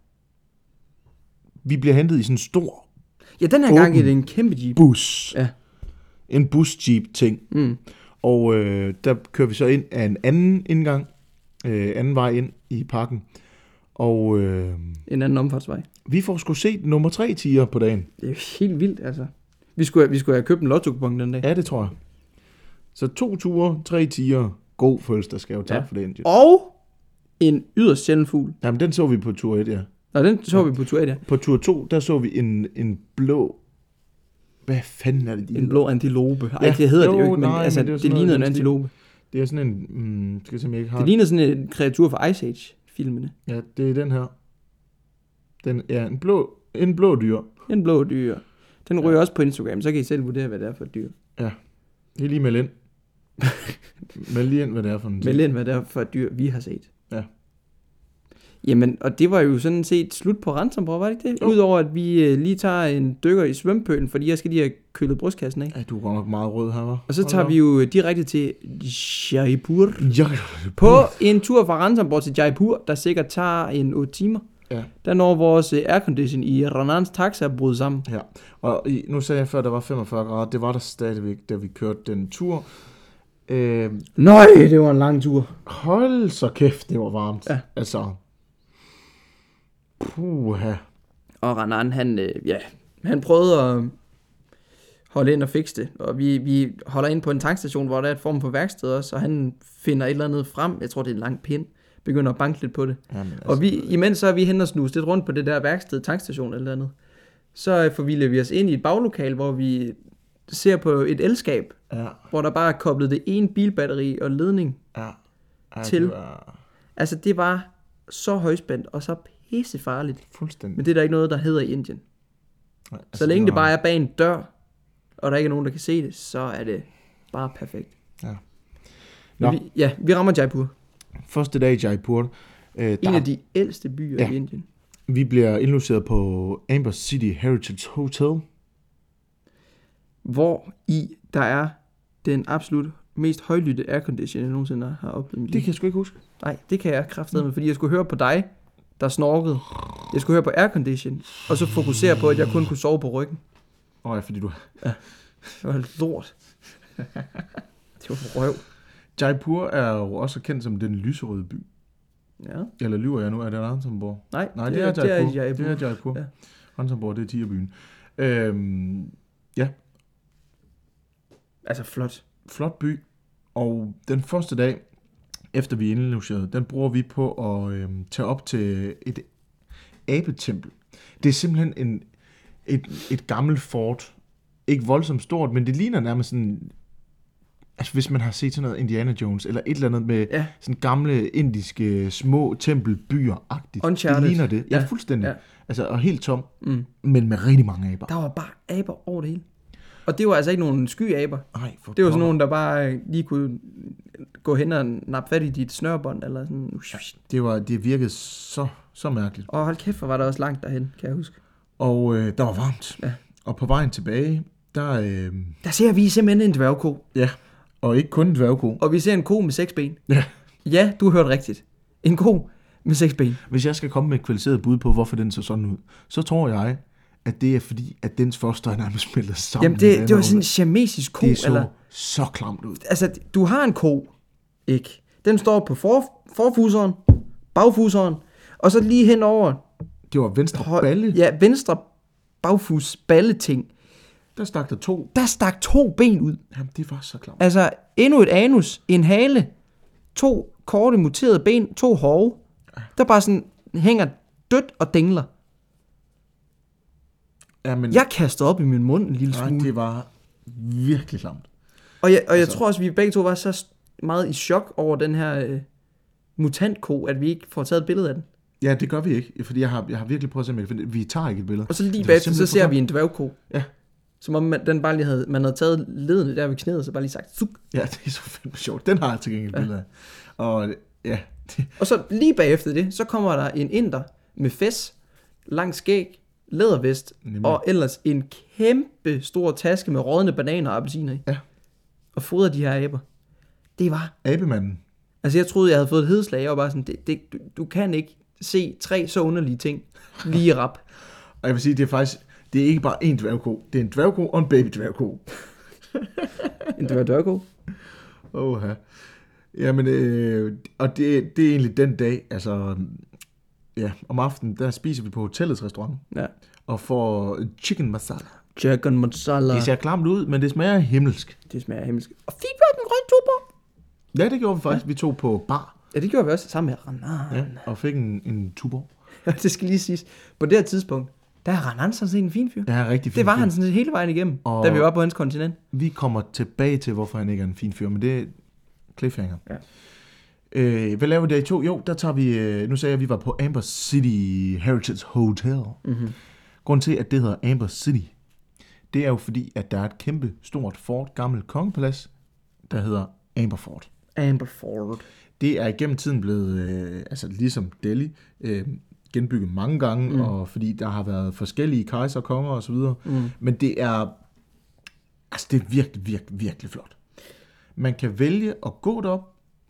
Vi bliver hentet i sådan en stor Ja, den her Åben. gang er det en kæmpe jeep. bus. Ja. En bus-jeep-ting. Mm. Og øh, der kører vi så ind af en anden indgang, øh, anden vej ind i parken. Og øh, En anden omfartsvej. vi får sgu set nummer tre tiger på dagen. Det er jo helt vildt, altså. Vi skulle, vi skulle have købt en lotto-kupon den dag. Ja, det tror jeg. Så to ture, tre tiger. God fødselsdagsgave. Tak Ja. for det, Angel. Og en yderst sjælden fugl. Jamen, den så vi på tur et, ja. Nå, den så vi på tur et, ja. På tur to, der så vi en, en blå... Hvad fanden er det? de En blå antilope. Ej, Ja. det hedder Jo, det jo ikke, men nej, altså, men det er jo det, sådan det noget ligner i en den stil. antilope. Det er sådan en... Mm, skal jeg se, om jeg ikke har... Det ligner sådan en kreatur fra Ice Age-filmene. Ja, det er den her. Den er en blå, en blå dyr. En blå dyr. Den ryger også på Instagram, så kan I selv vurdere, hvad det er for et dyr. Det er lige meld ind. Meld lige ind, hvad det er for en ting. Meld ind, hvad det er for et dyr, vi har set. Ja. Jamen, og det var jo sådan set slut på Ransamborg, var det ikke det? Jo. Udover at vi øh, lige tager en dykker i svømmepølen, fordi jeg skal lige have kølet brystkassen af. Ja, du er godt nok meget rød her, hva'? Og så tager vi jo direkte til Jaipur. Ja, På en tur fra Ransamborg til Jaipur, der sikkert tager en otte timer. Ja. Der når vores øh, aircondition i Ranans taxa brudt sammen. Ja, og i, nu sagde jeg før, at der var femogfyrre grader. Det var der stadigvæk, da vi kørte den tur. Øh, Nøj, det var en lang tur. hold så kæft, det var varmt. Ja. Altså, puha. Og Ranan, han, øh, ja, han prøvede at holde ind og fikse det. Og vi, vi holder ind på en tankstation, hvor der er et form for værksted også, og han finder et eller andet frem. Jeg tror, det er en lang pind. Begynder at banke lidt på det. Jamen, altså, Og vi, imens så er vi hen og snuse lidt rundt på det der værksted, tankstation eller andet. Så forvilder vi os ind i et baglokal, hvor vi ser på et elskab, Ja, hvor der bare er koblet det ene bilbatteri og ledning. ja. ja Til. Det var Altså, det var så højspændt og så pissefarligt. fuldstændig. Men det er der ikke noget, der hedder i Indien. Nej, altså, Så længe det var- bare er bag en dør, og der ikke er nogen, der kan se det, så er det bare perfekt. Ja. Men Nå. vi, ja, vi rammer Jaipur. Første dag i Jaipur. Øh, En der, af de ældste byer Ja. i Indien. vi bliver indlogeret på Amber City Heritage Hotel. Hvor i der er den absolut mest højlytte aircondition, jeg nogensinde har oplevet i mit Det liv. kan jeg sgu ikke huske. Nej, det kan jeg kraftedeme, fordi jeg skulle høre på dig, der snorkede. Jeg skulle høre på aircondition, og så fokusere på, at jeg kun kunne sove på ryggen. Åh oh, ja, fordi du... Det var lort. Det var røv. Jaipur er jo også kendt som den lyserøde by. Ja. Eller lyver jeg nu? Er det Ranthambore? Nej, Nej, det, er det er Jaipur. Jaipur. Det er Jaipur. Ja. Ranthambore, det er tigerbyen. Øhm, ja, Altså flot. flot by. Og den første dag, efter vi er indlogeret, den bruger vi på at øhm, tage op til et abetempel. Det er simpelthen en, et, et gammelt fort. Ikke voldsomt stort, men det ligner nærmest sådan... Altså hvis man har set sådan noget Indiana Jones, eller et eller andet med Ja. sådan gamle indiske små tempelbyer-agtigt. Uncharted. Det ligner det. Ja, Ja. fuldstændig. Ja. Altså, og helt tom, Mm. men med rigtig mange aber. Der var bare aber over det hele. Og det var altså ikke nogen skyaber. Ej, for Det var sådan pokker. nogen, der bare lige kunne gå hen og nappe fat i dit snørbånd, eller sådan. Det, var, det virkede så, så mærkeligt. Og hold kæft, hvor var der også langt derhen, kan jeg huske. Og øh, der var varmt. Ja. Og på vejen tilbage, der... Øh, Der ser vi simpelthen en dværgko. ja, og ikke kun en dværgko. Og vi ser en ko med seks ben. Ja. Ja, du har hørt rigtigt. En ko med seks ben. Hvis jeg skal komme med et kvalificeret bud på, hvorfor den så sådan ud, så tror jeg, at det er fordi, at dens foster er nærmest smeltet sammen. Jamen, med det, den det var anden. sådan en siamesisk ko. Det så Eller, så klamt ud. altså, du har en ko, ikke? Den står på for, forfuseren, bagfuseren, og så lige henover... Det var venstre balle. Ja, venstre bagfus balleting. Der stak der to. Der stak to ben ud. Jamen, det var så klart. Altså, endnu et anus, en hale, to korte muterede ben, to hove, der bare sådan hænger dødt og dingler. Ja, men... Jeg kastede op i min mund en lille Nej, smule. det var virkelig klamt. Og jeg, og jeg altså... tror også, at vi begge to var så meget i chok over den her øh, mutantko, at vi ikke får taget et billede af den. Ja, det gør vi ikke, fordi jeg har, jeg har virkelig prøvet at se, om jeg kan... vi tager ikke et billede. Og så lige bagefter, så ser vi en dværgko. Ja. Som om man, den bare lige havde, man havde taget ledene der ved knæet, og så bare lige sagt, suk. Ja, det er så fandme sjovt. Den har jeg til gengæld et billede af. Og ja... Det... Og så lige bagefter det, så kommer der en inder med fes, lang skæg, lædervest, Nemlig. og ellers en kæmpe stor taske med rådne bananer og appelsiner i. Ja. Og fodrer de her aber. Det var... Abemanden. Altså jeg troede, jeg havde fået et hedeslag. Jeg var bare sådan, det, det, du, du kan ikke se tre så underlige ting lige i rap. Og jeg vil sige, det er faktisk, det er ikke bare en dværgko. Det er en dværgko og en baby dværgko. En dværgko? Åh, ja. Jamen, øh, og det, det er egentlig den dag, altså, ja, om aftenen, der spiser vi på hotellets restaurant. Ja. Og får chicken masala. Chicken masala. Det ser klamt ud, men det smager himmelsk. Det smager himmelsk. Og fik vi en grøn tuber? Ja, det gjorde vi faktisk. Ja. Vi tog på bar. Ja, det gjorde vi også sammen med Ranan. Ja, og fik en, en tuber. Det skal lige siges. På det her tidspunkt, der er Ranan sådan set en fin fyr. Ja, rigtig fin Det var fyr. han sådan set hele vejen igennem, og da vi var på hans kontinent. Vi kommer tilbage til, hvorfor han ikke er en fin fyr, men det er cliffhanger. Ja. Øh, hvad laver vi der i to? Jo, der tager vi, øh, nu sagde jeg, at vi var på Amber City Heritage Hotel. Mm-hmm. Grunden til, at det hedder Amber City, det er jo fordi, at der er et kæmpe, stort, fort, gammelt kongepalads, der hedder Amber Fort. Amber Fort. Det er igennem tiden blevet, øh, altså ligesom Delhi, øh, genbygget mange gange, mm. og fordi der har været forskellige kejser, konger og så videre. Mm. Men det er, altså det er virkelig, virkelig, virkelig flot. Man kan vælge at gå derop,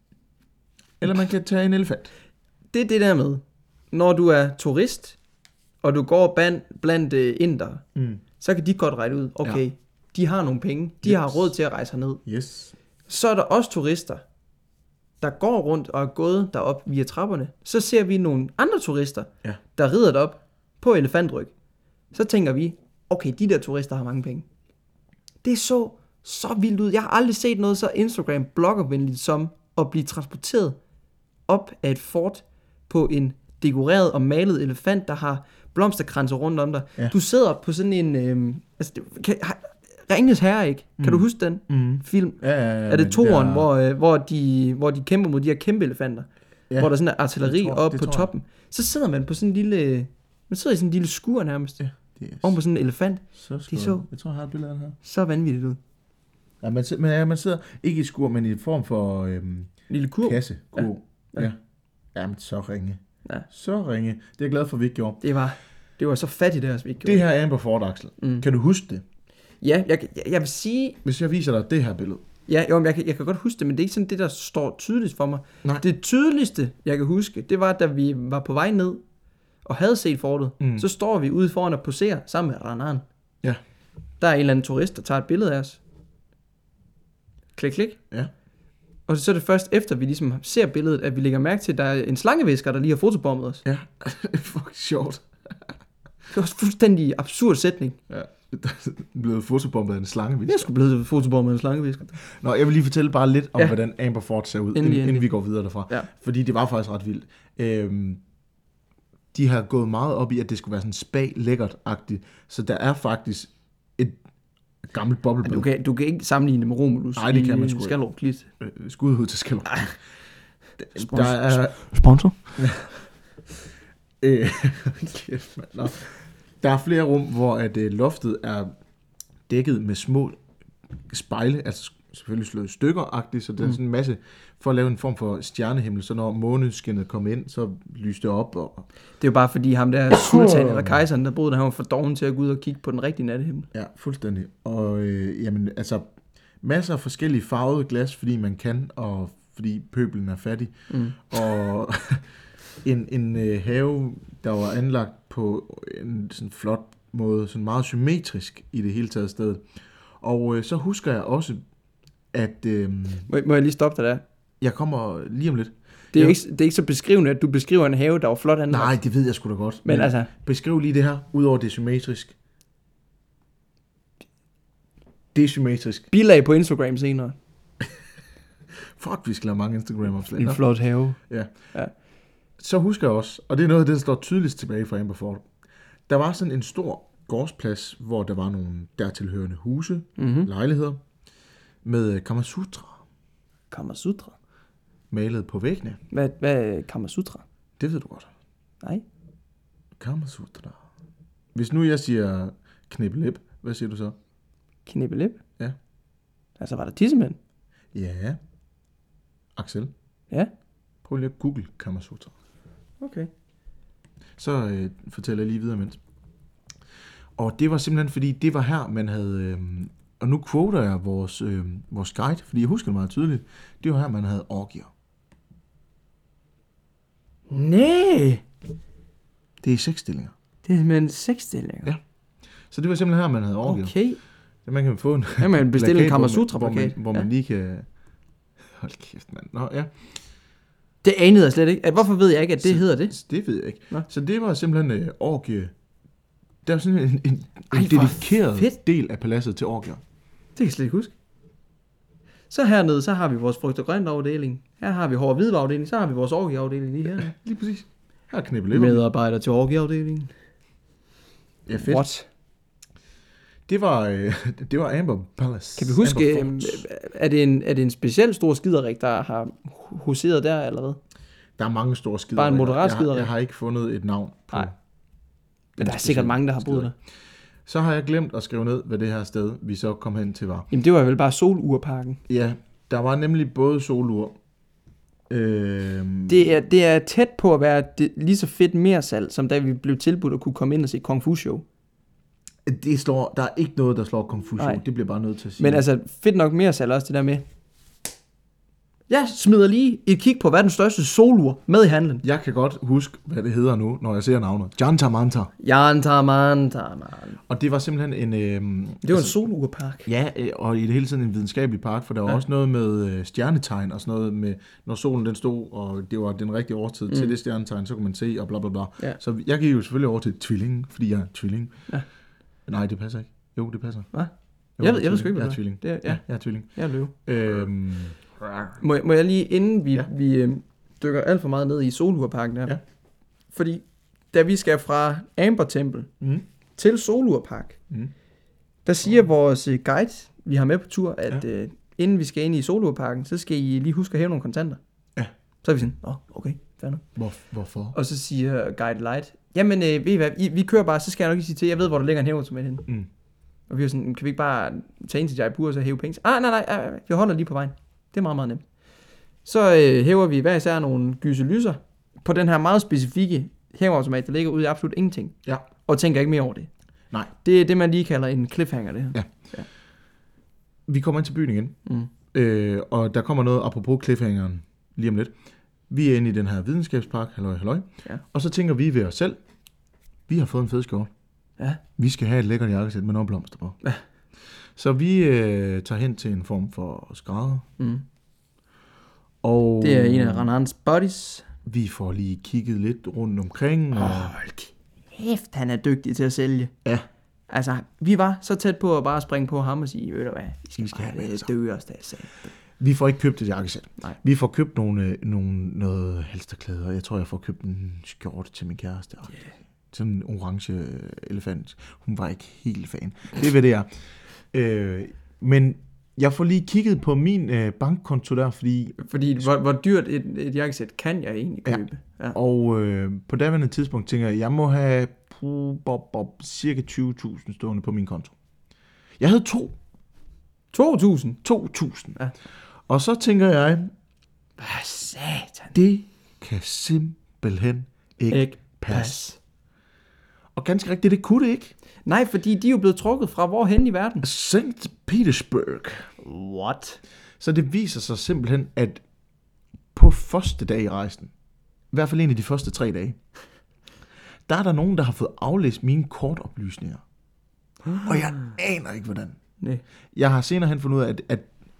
eller man kan tage en elefant. Det er det der med, når du er turist, og du går blandt, blandt uh, indere, mm. så kan de godt regne ud, okay, ja. de har nogle penge, de yes. har råd til at rejse herned. Yes. Så er der også turister, der går rundt og er gået derop via trapperne. Så ser vi nogle andre turister, ja. der rider derop på elefantryg. Så tænker vi, okay, de der turister har mange penge. Det så så vildt ud. Jeg har aldrig set noget så Instagram-bloggervenligt som at blive transporteret op af et fort på en dekoreret og malet elefant, der har blomsterkranser rundt om dig. Ja. Du sidder på sådan en... Øh, altså, det, kan, Ringenes Herre, ikke? Kan mm. du huske den mm. film? Ja, ja, ja, er det toeren, hvor, øh, hvor, de, hvor de kæmper mod de her kæmpe elefanter? Ja. Hvor der sådan er artilleri oppe på toppen. Så sidder man på sådan en lille... Man sidder i sådan en lille skur nærmest. Ja, det er oven på sådan en elefant. Så de så, jeg tror, jeg har et billede af den her. Så vanvittigt ud. Ja, man, men, ja, man sidder ikke i skur, men i en form for... Øhm, lille kurv. Kasse. Kurv. Ja. ja. Jamen, så ringe. Ja. Så ringe. Det er jeg glad for, vi ikke gjorde. Det var, det var så fattigt, det her, vi ikke gjorde. Det her er Amber Fort, Axel. Mm. Kan du huske det? Ja, jeg, jeg, jeg vil sige... Hvis jeg viser dig det her billede. Ja, jo, jeg, kan, jeg kan godt huske det, men det er ikke sådan det, der står tydeligt for mig. Nej. Det tydeligste, jeg kan huske, det var, da vi var på vej ned og havde set fortet. Mm. Så står vi ude foran og poserer sammen med Ranan. Ja. Der er en eller anden turist, der tager et billede af os. Klik, klik. Ja. Og så er det først efter, vi ligesom ser billedet, at vi lægger mærke til, at der er en slangevisker, der lige har fotobommet os. Ja, fuck sjovt. Det var også fuldstændig absurd sætning. Ja, der er blevet fotobombet af en slangevisker. Jeg skulle blive fotobombet af en slangevisker. Nå, jeg vil lige fortælle bare lidt om, ja. hvordan Amber Fort ser ud, endelig, inden, inden vi går videre derfra. Ja. Fordi det var faktisk ret vildt. Øhm, de har gået meget op i, at det skulle være sådan spag-lækkert-agtigt. Så der er faktisk et gammelt boblebad. Ja, du, kan, du kan ikke sammenligne det med Romulus. Nej, det kan man sgu ikke. Skallerup Klit. Øh, Skudhud til Skallerup. Sponsor. Der er... Sponsor? øh, kæft, Nå. Der er flere rum, hvor at, øh, loftet er dækket med små spejle, altså selvfølgelig slået stykker-agtigt, så der er sådan en masse, for at lave en form for stjernehimmel, så når måneskinnet kommer ind, så lyser det op. Og... Det er jo bare fordi ham der sultan eller kejseren, der boede der, han var for doven til at gå ud og kigge på den rigtige nattehimmel. Ja, fuldstændig. Og øh, jamen, altså, masser af forskellige farvede glas, fordi man kan, og fordi pøbelen er fattig. Mm. Og en, en øh, have, der var anlagt på en sådan flot måde, sådan meget symmetrisk i det hele taget sted. Og øh, så husker jeg også, at... Øh... Må, må jeg lige stoppe dig der? Jeg kommer lige om lidt. Det er, jeg... ikke, det er ikke så beskrivende, at du beskriver en have, der var flot anlagt. Nej, det ved jeg sgu da godt. Men, men altså... Beskriv lige det her, udover det er symmetrisk. Det er symmetrisk. Bilag på Instagram senere. Fuck, vi skal lave mange Instagram-opslag. En flot have. Ja. ja. Så husker jeg også, og det er noget af det, der står tydeligst tilbage fra Amberford. Der var sådan en stor gårdsplads, hvor der var nogle dertilhørende huse, mm-hmm. lejligheder, med Kamasutra. Kamasutra? Malet på væggene. Hvad, hvad er Kamasutra? Det ved du godt. Nej. Kamasutra. Hvis nu jeg siger knippelip, hvad siger du så? Knippelip? Ja. Altså, var der tissemænd? Ja. Axel? Ja? Prøv lige at google Kamasutra. Okay. Så øh, fortæller jeg lige videre mens. Og det var simpelthen fordi, det var her, man havde... Øh, og nu quoter jeg vores, øh, vores guide, fordi jeg husker det meget tydeligt. Det var her, man havde orgier. Næh! Det er seksstillinger. Det er simpelthen seksstillinger? Ja. Så det var simpelthen her, man havde orgier. Okay. Så man kan få en... Ja, man bestille en Kamasutra-plakat. Hvor man, hvor man ja. lige kan... Hold kæft, mand. Nå, ja. Det anede jeg slet ikke. Hvorfor ved jeg ikke, at det så, hedder det? Det ved jeg ikke. Nå. Så det var simpelthen uh, orgie. Der var sådan en, en, en Ej, dedikeret fedt. del af paladset til orgier. Det kan jeg slet ikke huske. Så hernede, så har vi vores frugt- og grønt afdeling. Her har vi hård- og hvidvareafdeling. Så har vi vores orgieafdeling lige her. Ja, lige præcis. Her er knippelip. Medarbejder til orgieafdelingen. Ja, fedt. What? Det var, øh, det var Amber Palace. Kan vi huske, øh, er, det en, er det en speciel stor skiderik, der har huseret der, eller hvad? Der er mange store skiderik. Bare en moderat skiderik? Jeg, jeg har ikke fundet et navn på. Nej. Men der er sikkert mange, der har boet der. Så har jeg glemt at skrive ned, hvad det her sted, vi så kom hen til var. Jamen det var vel bare Solurparken. Ja, der var nemlig både solur. Øh... Det, er, det er tæt på at være det, lige så fedt mere salg, som da vi blev tilbudt at kunne komme ind og se Kung Fu Show. Det slår, der er ikke noget, der slår Kung Fu Show. Nej. Det bliver bare nødt til at sige. Men altså, fedt nok mere salg også det der med. Jeg smider lige et kig på verdens største solur med i handlen. Jeg kan godt huske, hvad det hedder nu, når jeg ser navnet. Janta Manta. Janta Manta, man. Og det var simpelthen en... Øh, det var altså, en solurpark. Ja, og i det hele tiden en videnskabelig park, for der var ja. også noget med øh, stjernetegn og sådan noget med, når solen den stod, og det var den rigtige årstid mm. til det stjernetegn, så kunne man se, og bla bla bla. Ja. Så jeg gik jo selvfølgelig over til tvilling, fordi jeg er tvilling. Ja. Nej, det passer ikke. Jo, det passer. Hvad? Jeg, jeg, jeg ved sgu ikke, hvad jeg er tvilling. Det er, ja. ja, jeg er tvilling. Jeg er løve. Øhm, må, må jeg lige, inden vi, ja. vi øh, dykker alt for meget ned i Solurparken der, ja. fordi da vi skal fra Amber Temple mm. til Solurpark, mm. der siger vores guide, vi har med på tur, at ja. øh, inden vi skal ind i Solurparken, så skal I lige huske at hæve nogle kontanter. Ja. Så er vi sådan, åh, oh, okay, fair nok. Hvor, hvorfor? Og så siger Guide Light, jamen øh, ved I hvad, I, vi kører bare, så skal jeg nok ikke sige til, jeg ved, hvor der ligger en hæveautomat henne. Mm. Og vi var sådan, kan vi ikke bare tage ind til Jaipur og så hæve penge? Ah, nej, nej, nej, vi holder lige på vejen. Det er meget, meget nemt. Så øh, hæver vi hver især nogle gyselyser på den her meget specifikke hæveautomat, der ligger ude i absolut ingenting. Ja. Og tænker ikke mere over det. Nej. Det er det, man lige kalder en cliffhanger, det her. Ja. ja. Vi kommer ind til byen igen. Mm. Øh, og der kommer noget apropos cliffhangeren lige om lidt. Vi er inde i den her videnskabspark, halløj, halløj. Ja. Og så tænker vi ved os selv, vi har fået en fed skjorte. Ja. Vi skal have et lækkert jakkesæt med nogle blomster på. Ja. Så vi øh, tager hen til en form for skrædder. Mm. Og det er en af Ranans buddies. Vi får lige kigget lidt rundt omkring. Åh, og... kæft, han er dygtig til at sælge. Ja. Altså, vi var så tæt på at bare springe på ham og sige, ved du hvad, vi skal, vi skal bare have det døres, der sagde. Vi får ikke købt et jakkesæt. Nej. Vi får købt nogle, nogle, noget halsterklæder. Jeg tror, jeg får købt en skjorte til min kæreste. Yeah. Sådan en orange elefant. Hun var ikke helt fan. Det er, hvad det er. Øh, men jeg får lige kigget på min øh, bankkonto der, fordi... Fordi hvor, hvor dyrt et, et jakkesæt kan jeg egentlig købe? Ja. Ja. Og øh, på daværende tidspunkt tænker jeg, at jeg må have bob, bob, cirka tyve tusind stående på min konto. Jeg havde to. to tusind? to tusind. Ja. Og så tænker jeg... Hvad satan? Det kan simpelthen ikke, ikke passe. Pas. Og ganske rigtigt, det kunne det ikke. Nej, fordi de er jo blevet trukket fra hvorhen i verden? Sankt Petersburg. What? Så det viser sig simpelthen, at på første dag i rejsen, i hvert fald en af de første tre dage, der er der nogen, der har fået aflæst mine kortoplysninger. Og jeg aner ikke, hvordan. Nej. Jeg har senere hen fundet ud af, at, at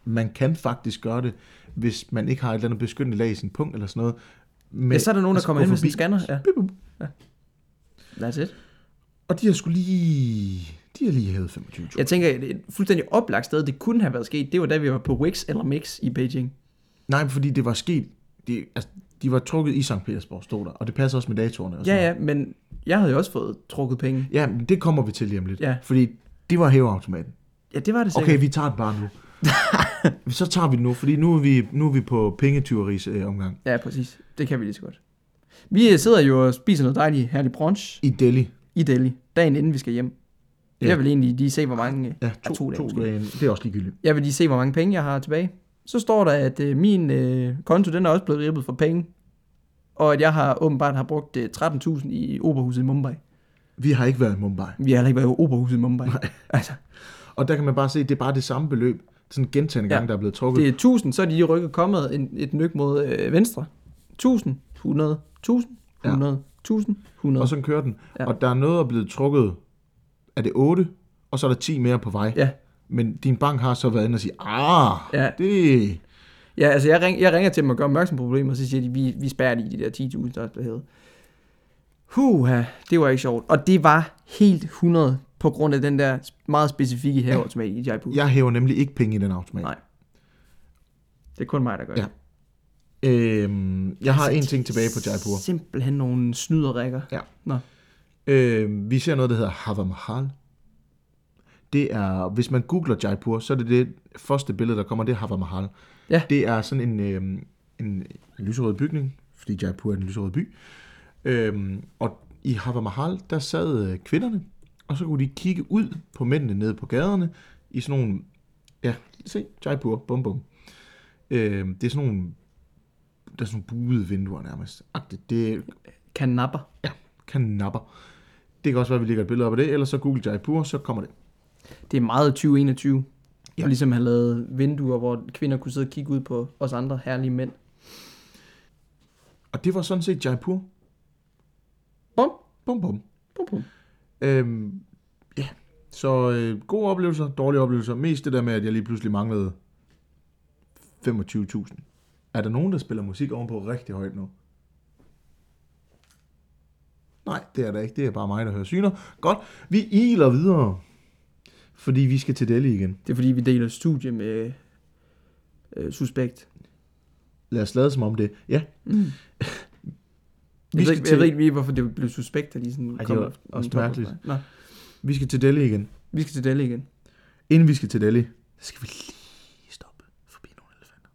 man kan faktisk gøre det, hvis man ikke har et eller andet beskyttende lag i sin punkt eller sådan noget. Med, Ja, så er der nogen, der altså, kommer gå ind med forbi. sin scanner. Ja. Bip, bip. Ja. That's it. Og de har sgu lige, de har lige hævet femogtyve tusind. Jeg tænker, et fuldstændig oplagt sted, det kunne have været sket, det var da vi var på Wix eller Mix i Beijing. Nej, fordi det var sket, de, altså, de var trukket i Sankt Petersborg, stod der, og det passer også med datorerne. Og sådan Ja, noget. ja, men jeg havde jo også fået trukket penge. Ja, men det kommer vi til lige om lidt. Ja. Fordi det var hæveautomaten. Ja, det var det sikkert. Okay, vi tager det bare nu. Så tager vi det nu, fordi nu er vi, nu er vi på pengetyveris øh, omgang. Ja, præcis. Det kan vi lige så godt. Vi sidder jo og spiser noget dejligt herligt brunch I Delhi. i Delhi, dagen inden vi skal hjem. Ja. Jeg vil egentlig lige se, hvor mange... Ja, to, to, dage to måske. dage. Det er også ligegyldigt. Jeg vil lige se, hvor mange penge jeg har tilbage. Så står der, at øh, min øh, konto, den er også blevet ribbet for penge. Og at jeg har åbenbart har brugt øh, tretten tusind i Operahuset i Mumbai. Vi har ikke været i Mumbai. Vi har heller ikke været i Operahuset i Mumbai. Nej. Altså, Og der kan man bare se, at det er bare det samme beløb. Sådan gentagende Ja. gange, der er blevet trukket. det er tusind, så er de lige rykket kommet en, et nyk mod øh, venstre. tusind, hundrede, tusind, hundrede, tusind, hundrede. Og sådan kører den. Ja. Ja. Og der er noget, der er blevet trukket, er det otte, og så er der ti mere på vej. Ja. Men din bank har så været inde og sige, ah, Ja. det... Ja, altså jeg, ring, jeg ringer til dem og gør opmærksom på problemet, og så siger de, vi, vi spærrer lige de der ti tusind, der er blevet hævet. Huha, det var ikke sjovt. Og det var helt hundrede på grund af den der meget specifikke hæveautomat i Jaipur. Jeg hæver nemlig ikke penge i den automat. Nej. Det er kun mig, der gør Ja. det. Øhm, jeg har Altså, en de ting tilbage på Jaipur. Simpelthen nogle snyderikker. Ja. Nå. Øhm, vi ser noget, der hedder Hava Mahal. Det er, hvis man googler Jaipur, så er det det første billede, der kommer, det er Hava Mahal. Ja. Det er sådan en, øhm, en lyserød bygning, fordi Jaipur er en lyserød by. Øhm, og i Hava Mahal, der sad øh, kvinderne, og så kunne de kigge ud på mændene nede på gaderne, i sådan nogle, ja, se, Jaipur, bum bum. Øhm, det er sådan nogle, der er sådan nogle buede vinduer nærmest. Agtigt. Det Kanapper. kanapper. Det kan også være, at vi lægger et billede op af det, eller så Google Jaipur, så kommer det. Det er meget tyve enogtyve. Ja. Og ligesom have lavet vinduer, hvor kvinder kunne sidde og kigge ud på os andre herlige mænd. Og det var sådan set Jaipur. Bum, Bum bum. bum, bum. Øhm, ja, så øh, gode oplevelser, dårlige oplevelser. Mest det der med, at jeg lige pludselig manglede femogtyve tusind. Er der nogen, der spiller musik ovenpå rigtig højt nu? Nej, det er der ikke. Det er bare mig, der hører syner. Godt, vi iler videre. Fordi vi skal til Delhi igen. Det er fordi, vi deler studie med øh, suspekt. Lad os lade som om det. Ja. Mm. Vi Jeg, ved, skal ikke, til- jeg ved ikke lige, hvorfor det blev suspekt, der lige sådan Ej, det kom var op- også on top of mærkeligt. mig. Nå, Vi skal til Delhi igen. vi skal til Delhi igen. Inden vi skal til Delhi, så skal vi lige stoppe forbi nogle elefanter.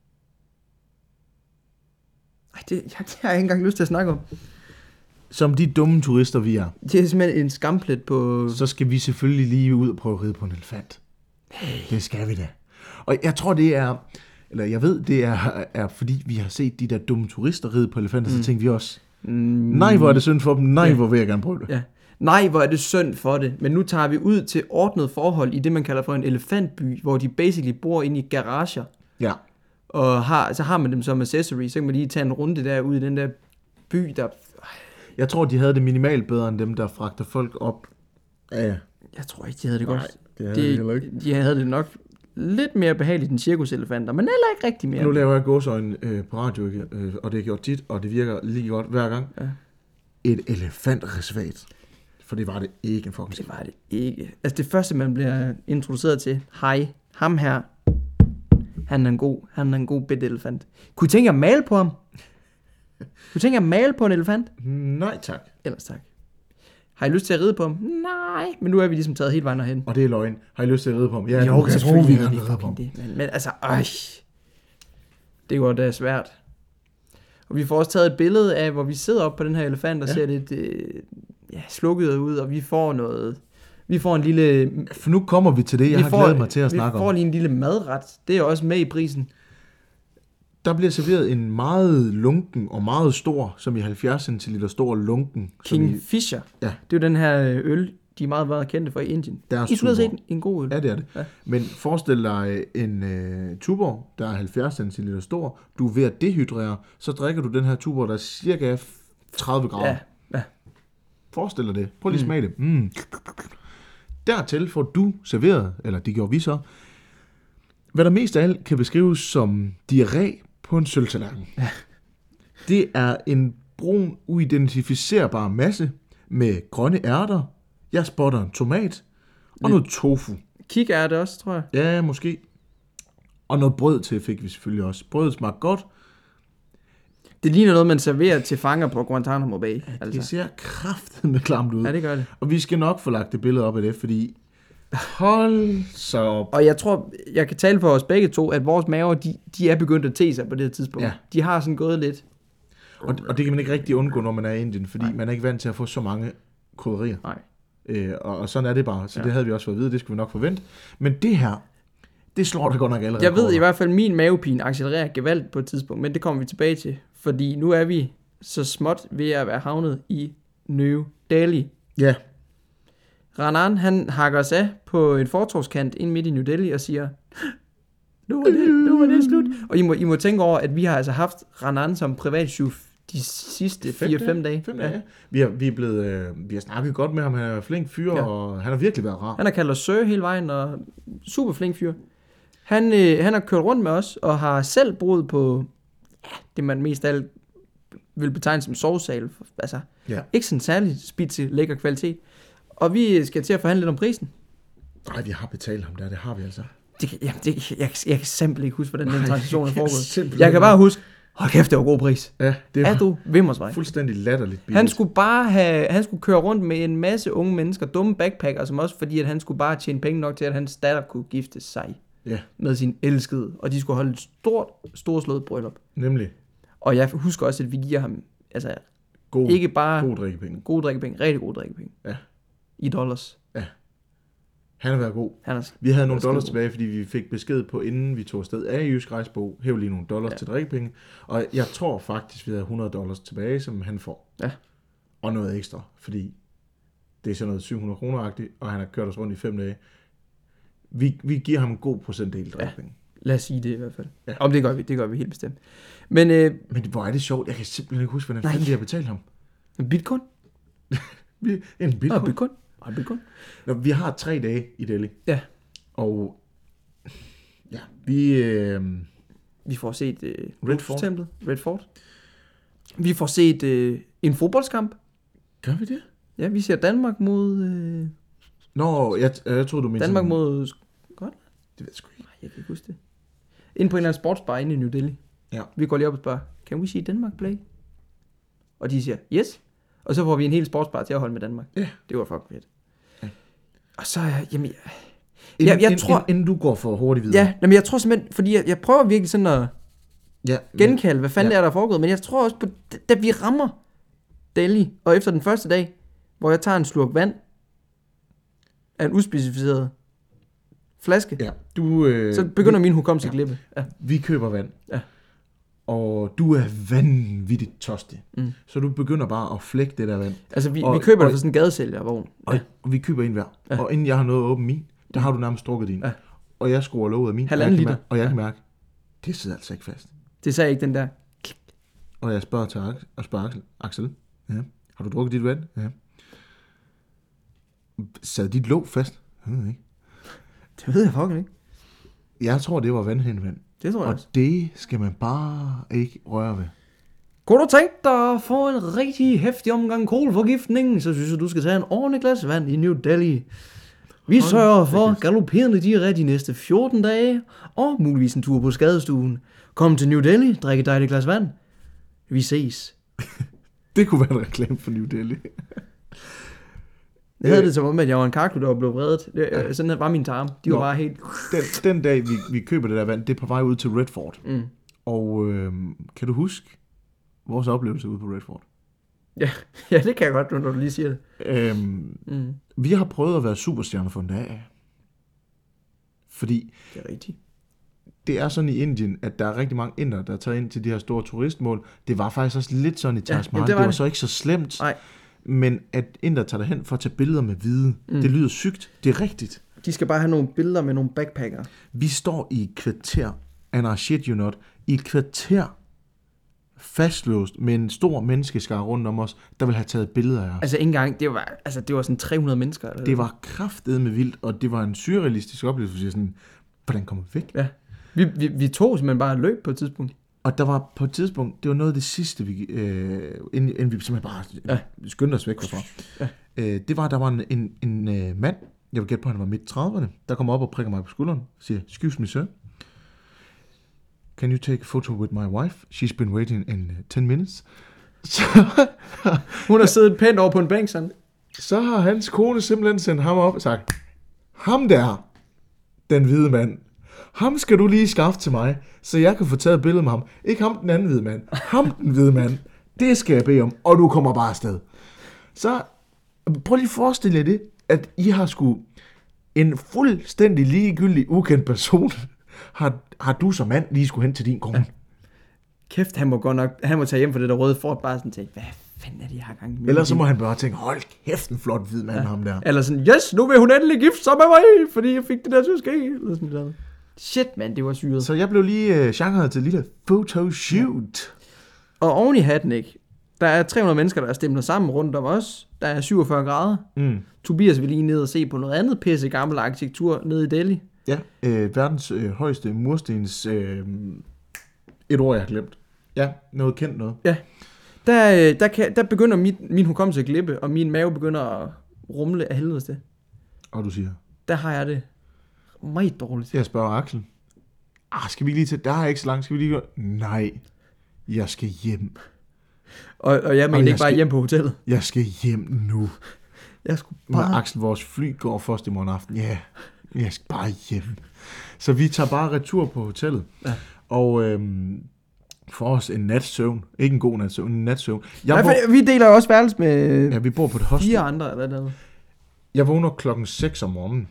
Ej, det, jeg, det har jeg ikke engang lyst til at snakke om. Som de dumme turister, vi er, Det er simpelthen en skamplet på... så skal vi selvfølgelig lige ud og prøve at ride på en elefant. Det skal vi da. Og jeg tror, det er, eller jeg ved, det er, er fordi vi har set de der dumme turister ride på elefanter, mm. så tænker vi også, Mm, nej, hvor er det synd for dem, nej, Ja. hvor vil jeg gerne prøve det. Ja. Nej, hvor er det synd for det. Men nu tager vi ud til ordnet forhold i det, man kalder for en elefantby, hvor de basically bor inde i garager. Ja. Og har, så har man dem som accessory, så kan man lige tage en runde der ud i den der by, der... Jeg tror, de havde det minimalt bedre end dem, der fragter folk op. Ja, ja. Jeg tror ikke, de havde det godt. det havde de heller ikke. de, de havde det nok lidt mere behageligt end cirkuselefanter, men heller ikke rigtig mere. Nu laver jeg gåseøjne øh, på radio, ikke? Øh, og det er gjort tit, og det virker lige godt hver gang. Ja. Et elefantreservat. For det var det ikke en fucking Det skid. var det ikke. Altså det første, man bliver introduceret til, hej, ham her, han er en god, han er en god bitte elefant. Kunne I tænke jer at male på ham? Kunne I tænke jer at male på en elefant? Nej tak. Ellers tak. Har I lyst til at ride på ham? Nej, men nu er vi ligesom taget helt vejen derhen. Og det er løgn. Har I lyst til at ride på ham? Ja, Jo, du kan tro, vi selvfølgelig har har vi ride på ham. fucking det. Men, men altså, øj. Det var da svært. Og vi får også taget et billede af, hvor vi sidder oppe på den her elefant, og Ja. ser lidt øh, ja, slukket ud, og vi får noget... Vi får en lille... For nu kommer vi til det, jeg vi har får, glædet mig til at vi snakke får om. lige en lille madret. Det er også med i prisen. Der bliver serveret en meget lunken og meget stor, som i halvfjerds centiliter stor lunken. som King i, Fisher. Ja. Det er jo den her øl, de er meget, meget kendte for i Indien. Deres I skulle have Tuborg. set en god øl. Ja, det er det. Ja. Men forestil dig en uh, Tuborg, der er halvfjerds centiliter stor. Du er ved at dehydrere, så drikker du den her Tuborg, der er cirka tredive grader. Ja, ja. Forestil dig det. Prøv lige at Mm. smage det. Mm. Dertil får du serveret, eller det gjorde vi så, hvad der mest af alt kan beskrives som diarré på en sølvtallerken. Ja. Det er en brun, uidentificerbar masse med grønne ærter. Jeg spotter en tomat og noget tofu. Kig er det også, tror jeg. Ja, måske. Og noget brød til fik vi selvfølgelig også. Brødet smagte godt. Det ligner noget, man serverer til fanger på Guantanamo Bay. Ja, altså. det ser kraftedeme klamt ud. Ja, det gør det. Og vi skal nok få lagt det billede op af det, fordi hold så op. Og jeg tror, jeg kan tale for os begge to, at vores maver, de, de er begyndt at te sig på det her tidspunkt. Ja. De har sådan gået lidt. Og, og det kan man ikke rigtig undgå, når man er i Indien, fordi Nej. man er ikke vant til at få så mange krydderier. Nej. Øh, og, og sådan er det bare. Så Ja. det havde vi også fået at vide, det skulle vi nok forvente. Men det her, det slår det godt nok allerede. Jeg ved i hvert fald, at min mavepine accelererer gevaldigt på et tidspunkt, men det kommer vi tilbage til. Fordi nu er vi så småt ved at være havnet i New Delhi. Ja. Ranan, han hakker os af på en fortorskant ind midt i New Delhi og siger, nu var det, nu var det slut. Og I må, I må tænke over, at vi har altså haft Ranan som privatchef de sidste fire fem dage. Fem dage. Ja. Vi, har, vi, er blevet, øh, vi har snakket godt med ham, han er en flink fyr, ja. Og han har virkelig været rar. Han har kaldt os Sir hele vejen, og super flink fyr. Han, øh, han har kørt rundt med os, og har selv boet på ja, det, man mest af alt vil betegne som sovesal. Altså, Ja. ikke sådan særlig spidse, lækker kvalitet. Og vi skal til at forhandle lidt om prisen. Nej, vi har betalt ham der, det har vi altså. Det, kan- jamen, det, jeg, jeg kan simpelthen ikke huske, hvordan den transaktion er jeg kan foregået. simpelthen Jeg kan bare huske, hold kæft, det var god pris. Ja, det Er var du vimmersvej? fuldstændig latterligt billigt. Han skulle bare have, han skulle køre rundt med en masse unge mennesker, dumme backpacker, som også fordi, at han skulle bare tjene penge nok til, at hans datter kunne gifte sig Ja, med sin elskede, og de skulle holde et stort, storslået bryllup. nemlig. Og jeg husker også, at vi giver ham, altså God, ikke bare god drikkepenge. gode drikkepenge, rigtig gode drikkepenge. Ja. I dollars. Han har været god. Han er, Vi havde nogle skide dollars god. tilbage, fordi vi fik besked på, inden vi tog afsted af Jysk Rejsbog, hæv lige nogle dollars Ja. ja. til drikkepenge. Og jeg tror faktisk, vi havde hundrede dollars tilbage, som han får. Ja. Og noget ekstra, fordi det er sådan noget syv hundrede kroner-agtigt, og han har kørt os rundt i fem dage. Vi, vi giver ham en god procentdel drikkepenge. lad os sige det i hvert fald. Ja. Om det gør vi, det gør vi helt bestemt. Men øh, Men hvor er det sjovt, jeg kan simpelthen ikke huske, hvordan Nej. fanden vi har betalt ham. bitcoin? Vi, en Nå, bitcoin. bitcoin. Nå, bitcoin. Nå, vi har tre dage i Delhi. Ja. Og ja, vi... Øh, Vi får set øh, Red Fort. templet, Red Fort. Vi får set øh, en fodboldskamp. gør vi det? Ja, vi ser Danmark mod øh, Nå, jeg, jeg troede, du mente Danmark sådan- mod Det ved jeg sgu ikke. Nej, jeg kan ikke huske det. Inde på en eller anden sportsbar inde i New Delhi. Ja. Vi går lige op og spørger, can we see Denmark play? Og de siger, yes. Og så får vi en hel sportsbar til at holde med Danmark. Ja. Det var fucking fedt. Ja. Og så, øh, jamen, jeg, Inden, jeg, jeg inden, tror, inden, inden du går for hurtigt videre. ja, jamen, jeg tror simpelthen, fordi jeg, jeg prøver virkelig sådan at ja men- genkalde, hvad fanden ja. ja. er der foregået, men jeg tror også på, da- da vi rammer Delhi, og efter den første dag, hvor jeg tager en slurk vand af en uspecificeret flaske, Ja, du, øh, så begynder vi, min hukommelse at glippe. Ja. vi køber vand. Ja. Og du er vanvittigt tørstig. Mm. Så du begynder bare at flække det der vand. Altså, vi, Og- vi køber og- det for sådan en gadesælgervogn. Og, Ja. og vi køber en hver. Ja. Og inden jeg har noget at åbne min, der har du nærmest drukket din. Ja. Og jeg skruer låget af min. Halvanden og jeg kan liter. mærke- Og jeg kan mærke, det sidder altså ikke fast. Det sagde ikke den der. Og jeg spørger til Axel, og spørger Axel, Axel, ja, har du drukket dit vand? Ja. Sad dit låg fast? Jeg ved ikke. Det ved jeg fucking ikke. Jeg tror, det var vandhændevand. Det tror jeg Og også. det skal man bare ikke røre ved. Kunne du tænke dig at få en rigtig hæftig omgang kolforgiftning, så synes jeg, du skal tage en ordentlig glas vand i New Delhi. Vi Hold sørger da for kæft. galopperende diarré de næste fjorten dage, og muligvis en tur på skadestuen. Kom til New Delhi, drik et dejligt glas vand. Vi ses. Det kunne være en reklame for New Delhi. Jeg havde det som om, at jeg var en kaklu, der var blevet vredet. Det, ja. Sådan var min tarm. De var Nå. bare helt... Den, den dag, vi, vi køber det der vand, det er på vej ud til Red Fort. Mm. Og øh, kan du huske vores oplevelse ude på Red Fort? Ja, ja, det kan jeg godt, når du lige siger det. Øhm, Mm. vi har prøvet at være superstjerner for en dag. Fordi Det er rigtigt. det er sådan i Indien, at der er rigtig mange indere, der er taget ind til de her store turistmål. Det var faktisk også lidt sådan i Taj Ja, Mahal. jamen, det det var var det. så ikke så slemt. Nej. Men at indere tager derhen for at tage billeder med hvide, mm. det lyder sygt. Det er rigtigt. De skal bare have nogle billeder med nogle backpacker. Vi står i et kvarter, and I shit you not, i et kvarter fastlåst med en stor menneskeskare rundt om os, der vil have taget billeder af os. Altså ikke engang, det var, altså, det var sådan tre hundrede mennesker. Eller Det var kraftedeme vildt, og det var en surrealistisk oplevelse. Sådan, hvordan kommer vi væk? Ja. Vi, vi, vi tog simpelthen bare løb på et tidspunkt. Og der var på et tidspunkt, det var noget af det sidste, vi, øh, inden, inden vi simpelthen bare Ja. skyndte os væk fra. Ja. Øh, det var, der var en, en, en øh, mand, jeg vil gætte på, at han var midt trediverne, der kommer op og prikker mig på skulderen og siger, excuse me sir, can you take a photo with my wife? She's been waiting in ten minutes. Så, Hun har siddet pænt over på en bænk sådan. så har hans kone simpelthen sendt ham op og sagt, ham der, den hvide mand, ham skal du lige skaffe til mig, så jeg kan få taget et billede med ham. Ikke ham den anden hvide mand, ham den hvide mand. Det skal jeg bede om, og du kommer bare afsted. Så prøv lige at forestille jer det, at I har sgu en fuldstændig ligegyldig, ukendt person, har, har du som mand lige skulle hen til din kone. Ja. Kæft, han må godt nok, han må tage hjem for det der røde fort, bare sådan tænke, hvad fanden er det, jeg har gang i? Ellers så må han bare tænke, hold kæft, en flot hvid mand, ja. Ham der. Eller sådan, yes, nu vil hun endelig gifte sig med mig, fordi jeg fik det der til at ske. Eller sådan noget. Shit, mand, det var syret. Så jeg blev lige uh, genret til et lille photoshoot. Ja. Og oven i hatten, ikke? Der er tre hundrede mennesker, der er stemlet sammen rundt om os. Der er syvogfyrre grader. Mm. Tobias vil lige ned og se på noget andet pisse gammel arkitektur nede i Delhi. Ja, øh, verdens øh, højeste murstens... Øh, et ord, jeg har glemt. Ja, noget kendt noget. Ja, der, der, kan, der begynder min, min hukommelse at glippe, og min mave begynder at rumle af helvedes det. Og du siger? Der har jeg det meget dårligt. Jeg spørger Axel. Ah, skal vi lige til... Der er ikke så langt. Skal vi lige gå? Nej, jeg skal hjem. Og, og jeg mener og jeg ikke bare skal, hjem på hotellet. Jeg skal hjem nu. Jeg skulle bare... Men Axel, vores fly går først i morgen aften. Ja, jeg skal bare hjem. Så vi tager bare retur på hotellet. Ja. Og øhm, for os en natsøvn. Ikke en god natsøvn, en natsøvn. Jeg Nej, bor... vi deler også værelse med ja, vi bor på det hostel. fire andre eller noget. Jeg vågner klokken seks om morgenen.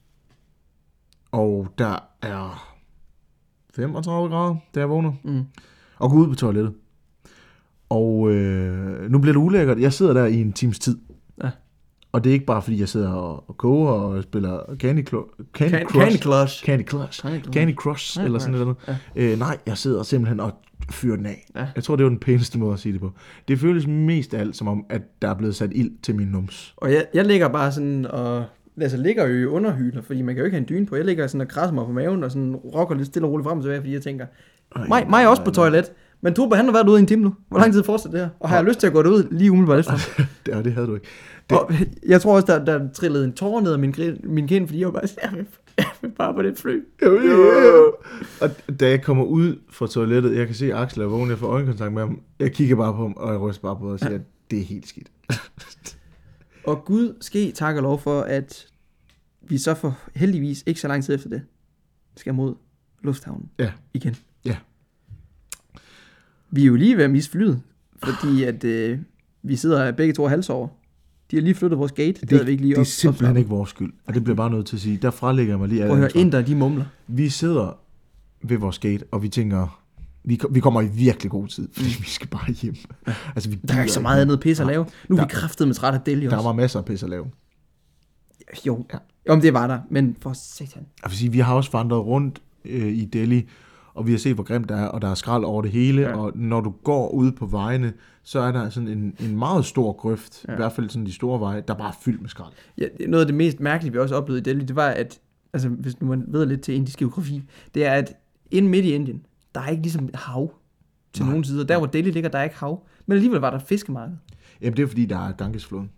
Og der er femogtredive grader, da jeg vågner. Mm. Og går ud på toilettet. Og øh, nu bliver det ulækkert. Jeg sidder der i en times tid. Ja. Og det er ikke bare fordi jeg sidder og, og koger og spiller Candy, Cl- Candy, Can- Crush. Candy Crush. Candy Crush. Candy Crush. Candy Crush Candy eller sådan noget. Ja. Øh, nej, jeg sidder simpelthen og fyrer den af. Ja. Jeg tror, det var den pæneste måde at sige det på. Det føles mest af alt som om, at der er blevet sat ild til min nums. Og jeg, jeg ligger bare sådan og... Altså, ligger jo i underhyler, fordi man kan jo ikke have en dyne på. Jeg ligger sådan og krasser mig på maven og sådan rocker lidt stille og roligt frem og tilbage, fordi jeg tænker, mig, mig er også på toilet. Men Tobe, han har været ude i en time nu. Hvor lang tid fortsætter det her? Og har jeg lyst til at gå derud lige umiddelbart efter? Ja, det havde du ikke. Det... Og jeg tror også, der, der trillede en tårer ned af min, min kind, fordi jeg var bare, jeg vil, jeg vil bare på det fly. Jo, jo. Og da jeg kommer ud fra toilettet, jeg kan se Axel er vågen, jeg får øjenkontakt med ham. Jeg kigger bare på ham, og jeg ryster bare på og siger, ja. At det er helt skidt. Og Gud ske tak og lov for, at vi så for heldigvis ikke så lang tid efter det skal mod lufthavnen ja. igen. Ja. Vi er jo lige ved at miste flyet, fordi at øh, vi sidder begge to halsover. De har lige flyttet vores gate. Det, det, vi ikke lige det er op, simpelthen op, ikke vores skyld, og det bliver bare nødt til at sige. Der fralægger jeg mig lige. Prøv at høre, inder, de mumler. Vi sidder ved vores gate, og vi tænker, vi, vi kommer i virkelig god tid, fordi vi skal bare hjem. Altså, vi der er ikke så meget andet pis at lave. Nu er der, vi kraftedeme træt af Delhi også. Der var masser af pis at lave. Jo, ja. Om det var der, men for satan. Jeg vil sige, vi har også vandret rundt øh, i Delhi, og vi har set, hvor grimt der er, og der er skrald over det hele, ja. Og når du går ude på vejene, så er der sådan en, en meget stor grøft, ja. I hvert fald sådan de store veje, der er bare fyldt med skrald. Ja, noget af det mest mærkelige, vi også oplevede i Delhi, det var, at, altså hvis nu man ved lidt til indisk geografi, det er, at inde midt i Indien, der er ikke ligesom et hav til Nej. Nogen sider. Der, hvor Delhi ligger, der er ikke hav, men alligevel var der fiskemarked. Jamen det er fordi, der er Gangesfloden.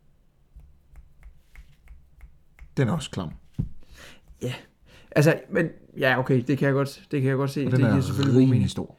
Den er også klam. Ja, altså, men ja, okay, det kan jeg godt, det kan jeg godt se. Og den det er selvfølgelig rimelig stor.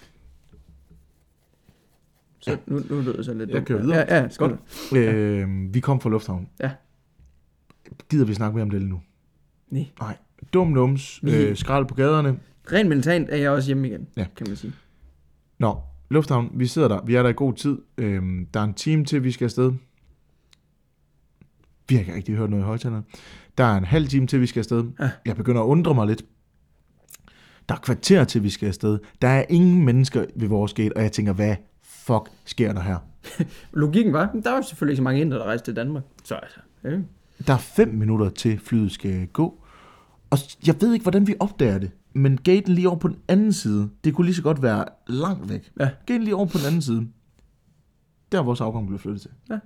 Så ja. nu, nu lød det så lidt Jeg kører videre. Ja, ja, godt. Øh, vi kom fra lufthavnen. Ja. Gider vi snakke mere om det nu? Nej. Nej. Dum nums, øh, skrald på gaderne. Rent mentalt er jeg også hjemme igen, ja. Kan man sige. Nå, lufthavnen, vi sidder der. Vi er der i god tid. Øh, der er en time til, vi skal afsted. Vi har ikke rigtig hørt noget i højtalerne. Der er en halv time til, vi skal afsted. Ja. Jeg begynder at undre mig lidt. Der er kvarter til, vi skal afsted. Der er ingen mennesker ved vores gate, og jeg tænker, hvad fuck sker der her? Logikken var, der er jo selvfølgelig ikke så mange indre, der rejser til Danmark. Så altså, ja. Der er fem minutter til flyet skal gå. Og jeg ved ikke, hvordan vi opdager det. Men gaten lige over på den anden side, det kunne lige så godt være langt væk. Ja. Gaten lige over på den anden side. Der er vores afgang blevet flyttet til. Ja.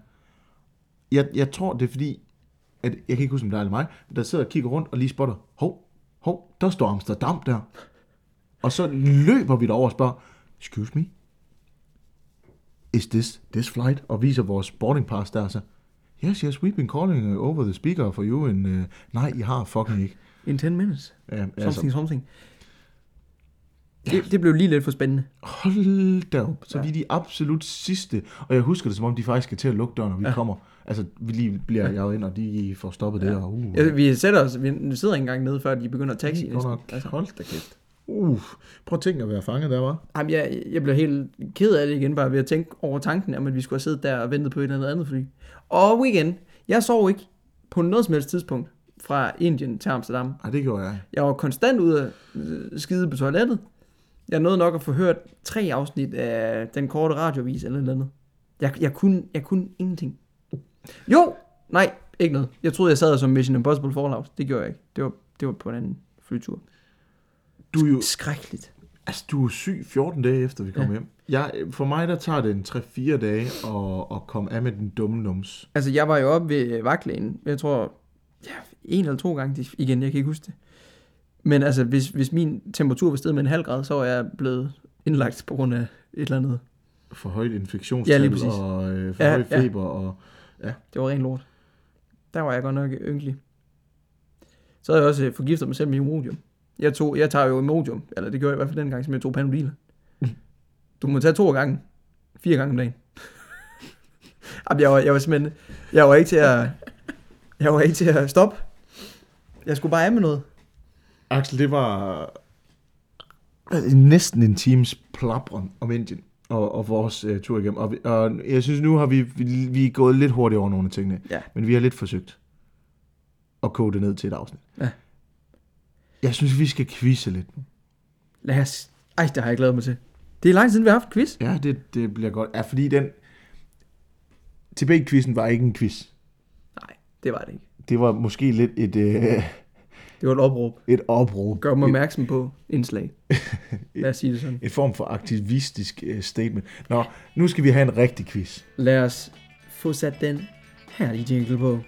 Jeg, jeg tror, det er fordi, at jeg kan ikke huske, om det er eller mig, der sidder og kigger rundt og lige spotter. Hov, hov, der står Amsterdam der. Og så løber vi derover og spørger, excuse me, is this this flight? Og viser vores boarding pass der, så, yes, yes, we've been calling over the speaker for you, and, uh, nej, I har fucking ikke. In ten minutes. Ja, Something, altså, something. Det, det blev lige lidt for spændende. hold da op. Så Ja. vi er de absolut sidste, og jeg husker det, som om de faktisk skal til at lukke døren, når vi ja. kommer. Altså, vi lige bliver jaget ind, og de får stoppet ja. det, og uh. Ja, vi sætter os, vi sidder ikke engang nede, før de begynder at taxi. Godt nok. Altså. Hold da kæft. Uh, prøv at tænke at være fanget der, var. Jamen, jeg, jeg blev helt ked af det igen, bare ved at tænke over tanken, om at vi skulle have siddet der og ventet på et eller andet fly. Og igen, jeg sov ikke på noget som helst tidspunkt fra Indien til Amsterdam. Nej, det gjorde jeg. Jeg var konstant ude at øh, skide på toilettet. Jeg nåede nok at få hørt tre afsnit af den korte radiovis eller noget andet. Jeg, jeg, kunne, jeg kunne ingenting. Jo! Nej, ikke noget. Jeg troede, jeg sad som Mission Impossible Fallout. Det gjorde jeg ikke. Det var, det var på en anden flytur. Du er jo, Skrækkeligt. altså, du er syg fjorten dage efter, vi kom Ja. hjem. Jeg, for mig, der tager det en tre fire dage at, at komme af med den dumme nums. Altså, jeg var jo oppe ved vagtlægen. Jeg tror, ja, en eller to gange igen. Jeg kan ikke huske det. Men altså, hvis, hvis min temperatur var steget med en halv grad, så var jeg blevet indlagt på grund af et eller andet. For højt infektionstal Ja, lige præcis. og øh, for Ja, høj ja. feber. Og, ja. Det var ren lort. Der var jeg godt nok ynkelig. Så havde jeg også forgiftet mig selv med Imodium. Jeg, tog, jeg tager jo Imodium, eller det gjorde jeg i hvert fald den gang, som jeg tog Panodil. Du må tage to gange. Fire gange om dagen. Jamen, jeg var, jeg var simpelthen... Jeg var ikke til at... Jeg var ikke til at stoppe. Jeg skulle bare af med noget. Axel, det var næsten en times plapren om Indien og, og vores uh, tur igennem. Og, vi, og jeg synes, nu har vi, vi, vi er gået lidt hurtigt over nogle af tingene. Ja. Men vi har lidt forsøgt at koge det ned til et afsnit. Ja. Jeg synes, vi skal quizze lidt nu. Lad os... Ej, det har jeg glædet mig til. Det er lang tid siden, vi har haft quiz. Ja, det, det bliver godt. Ja, fordi den... T B-quizzen var ikke en quiz. Nej, det var det ikke. Det var måske lidt et, øh, Det var et opråb. et opråb. Gør mig opmærksom på indslag. Lad os sige det sådan. En form for aktivistisk øh, statement. Nå, nu skal vi have en rigtig quiz. Lad os få sat den herlige jingle på.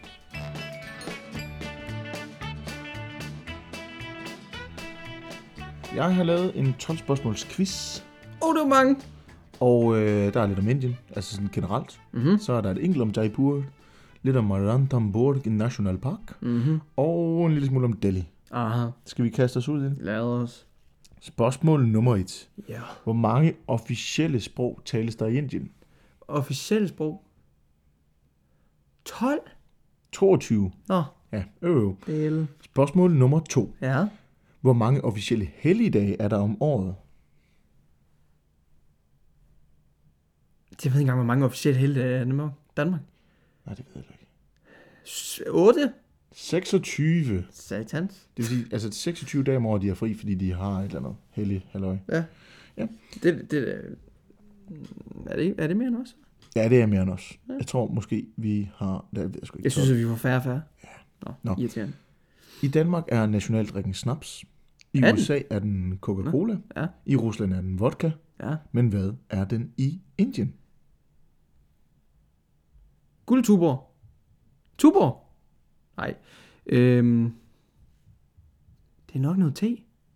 Jeg har lavet en tolv spørgsmåls quiz. Åh, oh, det var mange. Og øh, der er lidt om Indien, altså sådan generelt. Mhm. Så er der et enkelt om Jaipur, lidt om Ranthambore National Park, Mhm. og en lille smule om Delhi. Aha. Skal vi kaste os ud i det? Lad os. Spørgsmål nummer et. Ja. Hvor mange officielle sprog tales der i Indien? Officielt sprog. tolv? toogtyve. Nå, Ja, øv. del. Spørgsmål nummer to. Ja. Hvor mange officielle helligdage er der om året? Jeg ved ikke engang, hvor mange officielle helte er i Danmark. Nej, det ved jeg ikke. S- otte? seksogtyve. Satans. Det vil sige, altså seksogtyve dage om året, de er fri, fordi de har et eller andet hellig halløj. Ja. Ja. Det, det, er, det, er det mere end os? Ja, det er mere end os. Ja. Jeg tror måske, vi har... Det ved jeg sgu ikke. Jeg synes, at vi var færre og færre. Ja. Nå, Nå. irriterende. I Danmark er nationaldrikken snaps. I Er den? U S A er den Coca-Cola. Ja. I Rusland er den vodka. Ja. Men hvad er den i Indien? Guldtuborg. Tuborg? Nej. Øhm. Det er nok noget te.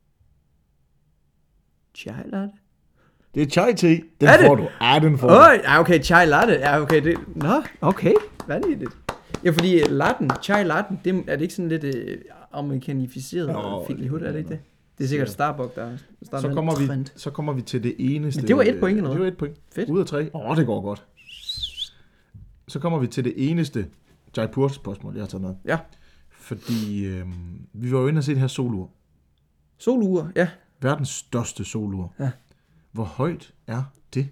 Chai latte. Det er chai tea. Den Er det? får du. Ja, den får du. Åh, ja, okay, chai latte. Ja, okay, det... Nå, okay. Vanvittigt. Ja, fordi latten, chai latten, det, er det ikke sådan lidt øh, amerikanificeret Nå, og fiddly-hud, er det ikke det? Det er sikkert Starbucks, der starter Så en kommer, vi, trend. så kommer vi til det eneste... Men det var et point eller Det noget? var et point. Fedt. Ud af tre. Åh, oh, det går godt. Så kommer vi til det eneste Jaipur-spørgsmål, jeg har taget med. Ja. Fordi øh, vi var jo inde og se det her solur. Soluger, ja. Verdens største solur. Ja. Hvor højt er det?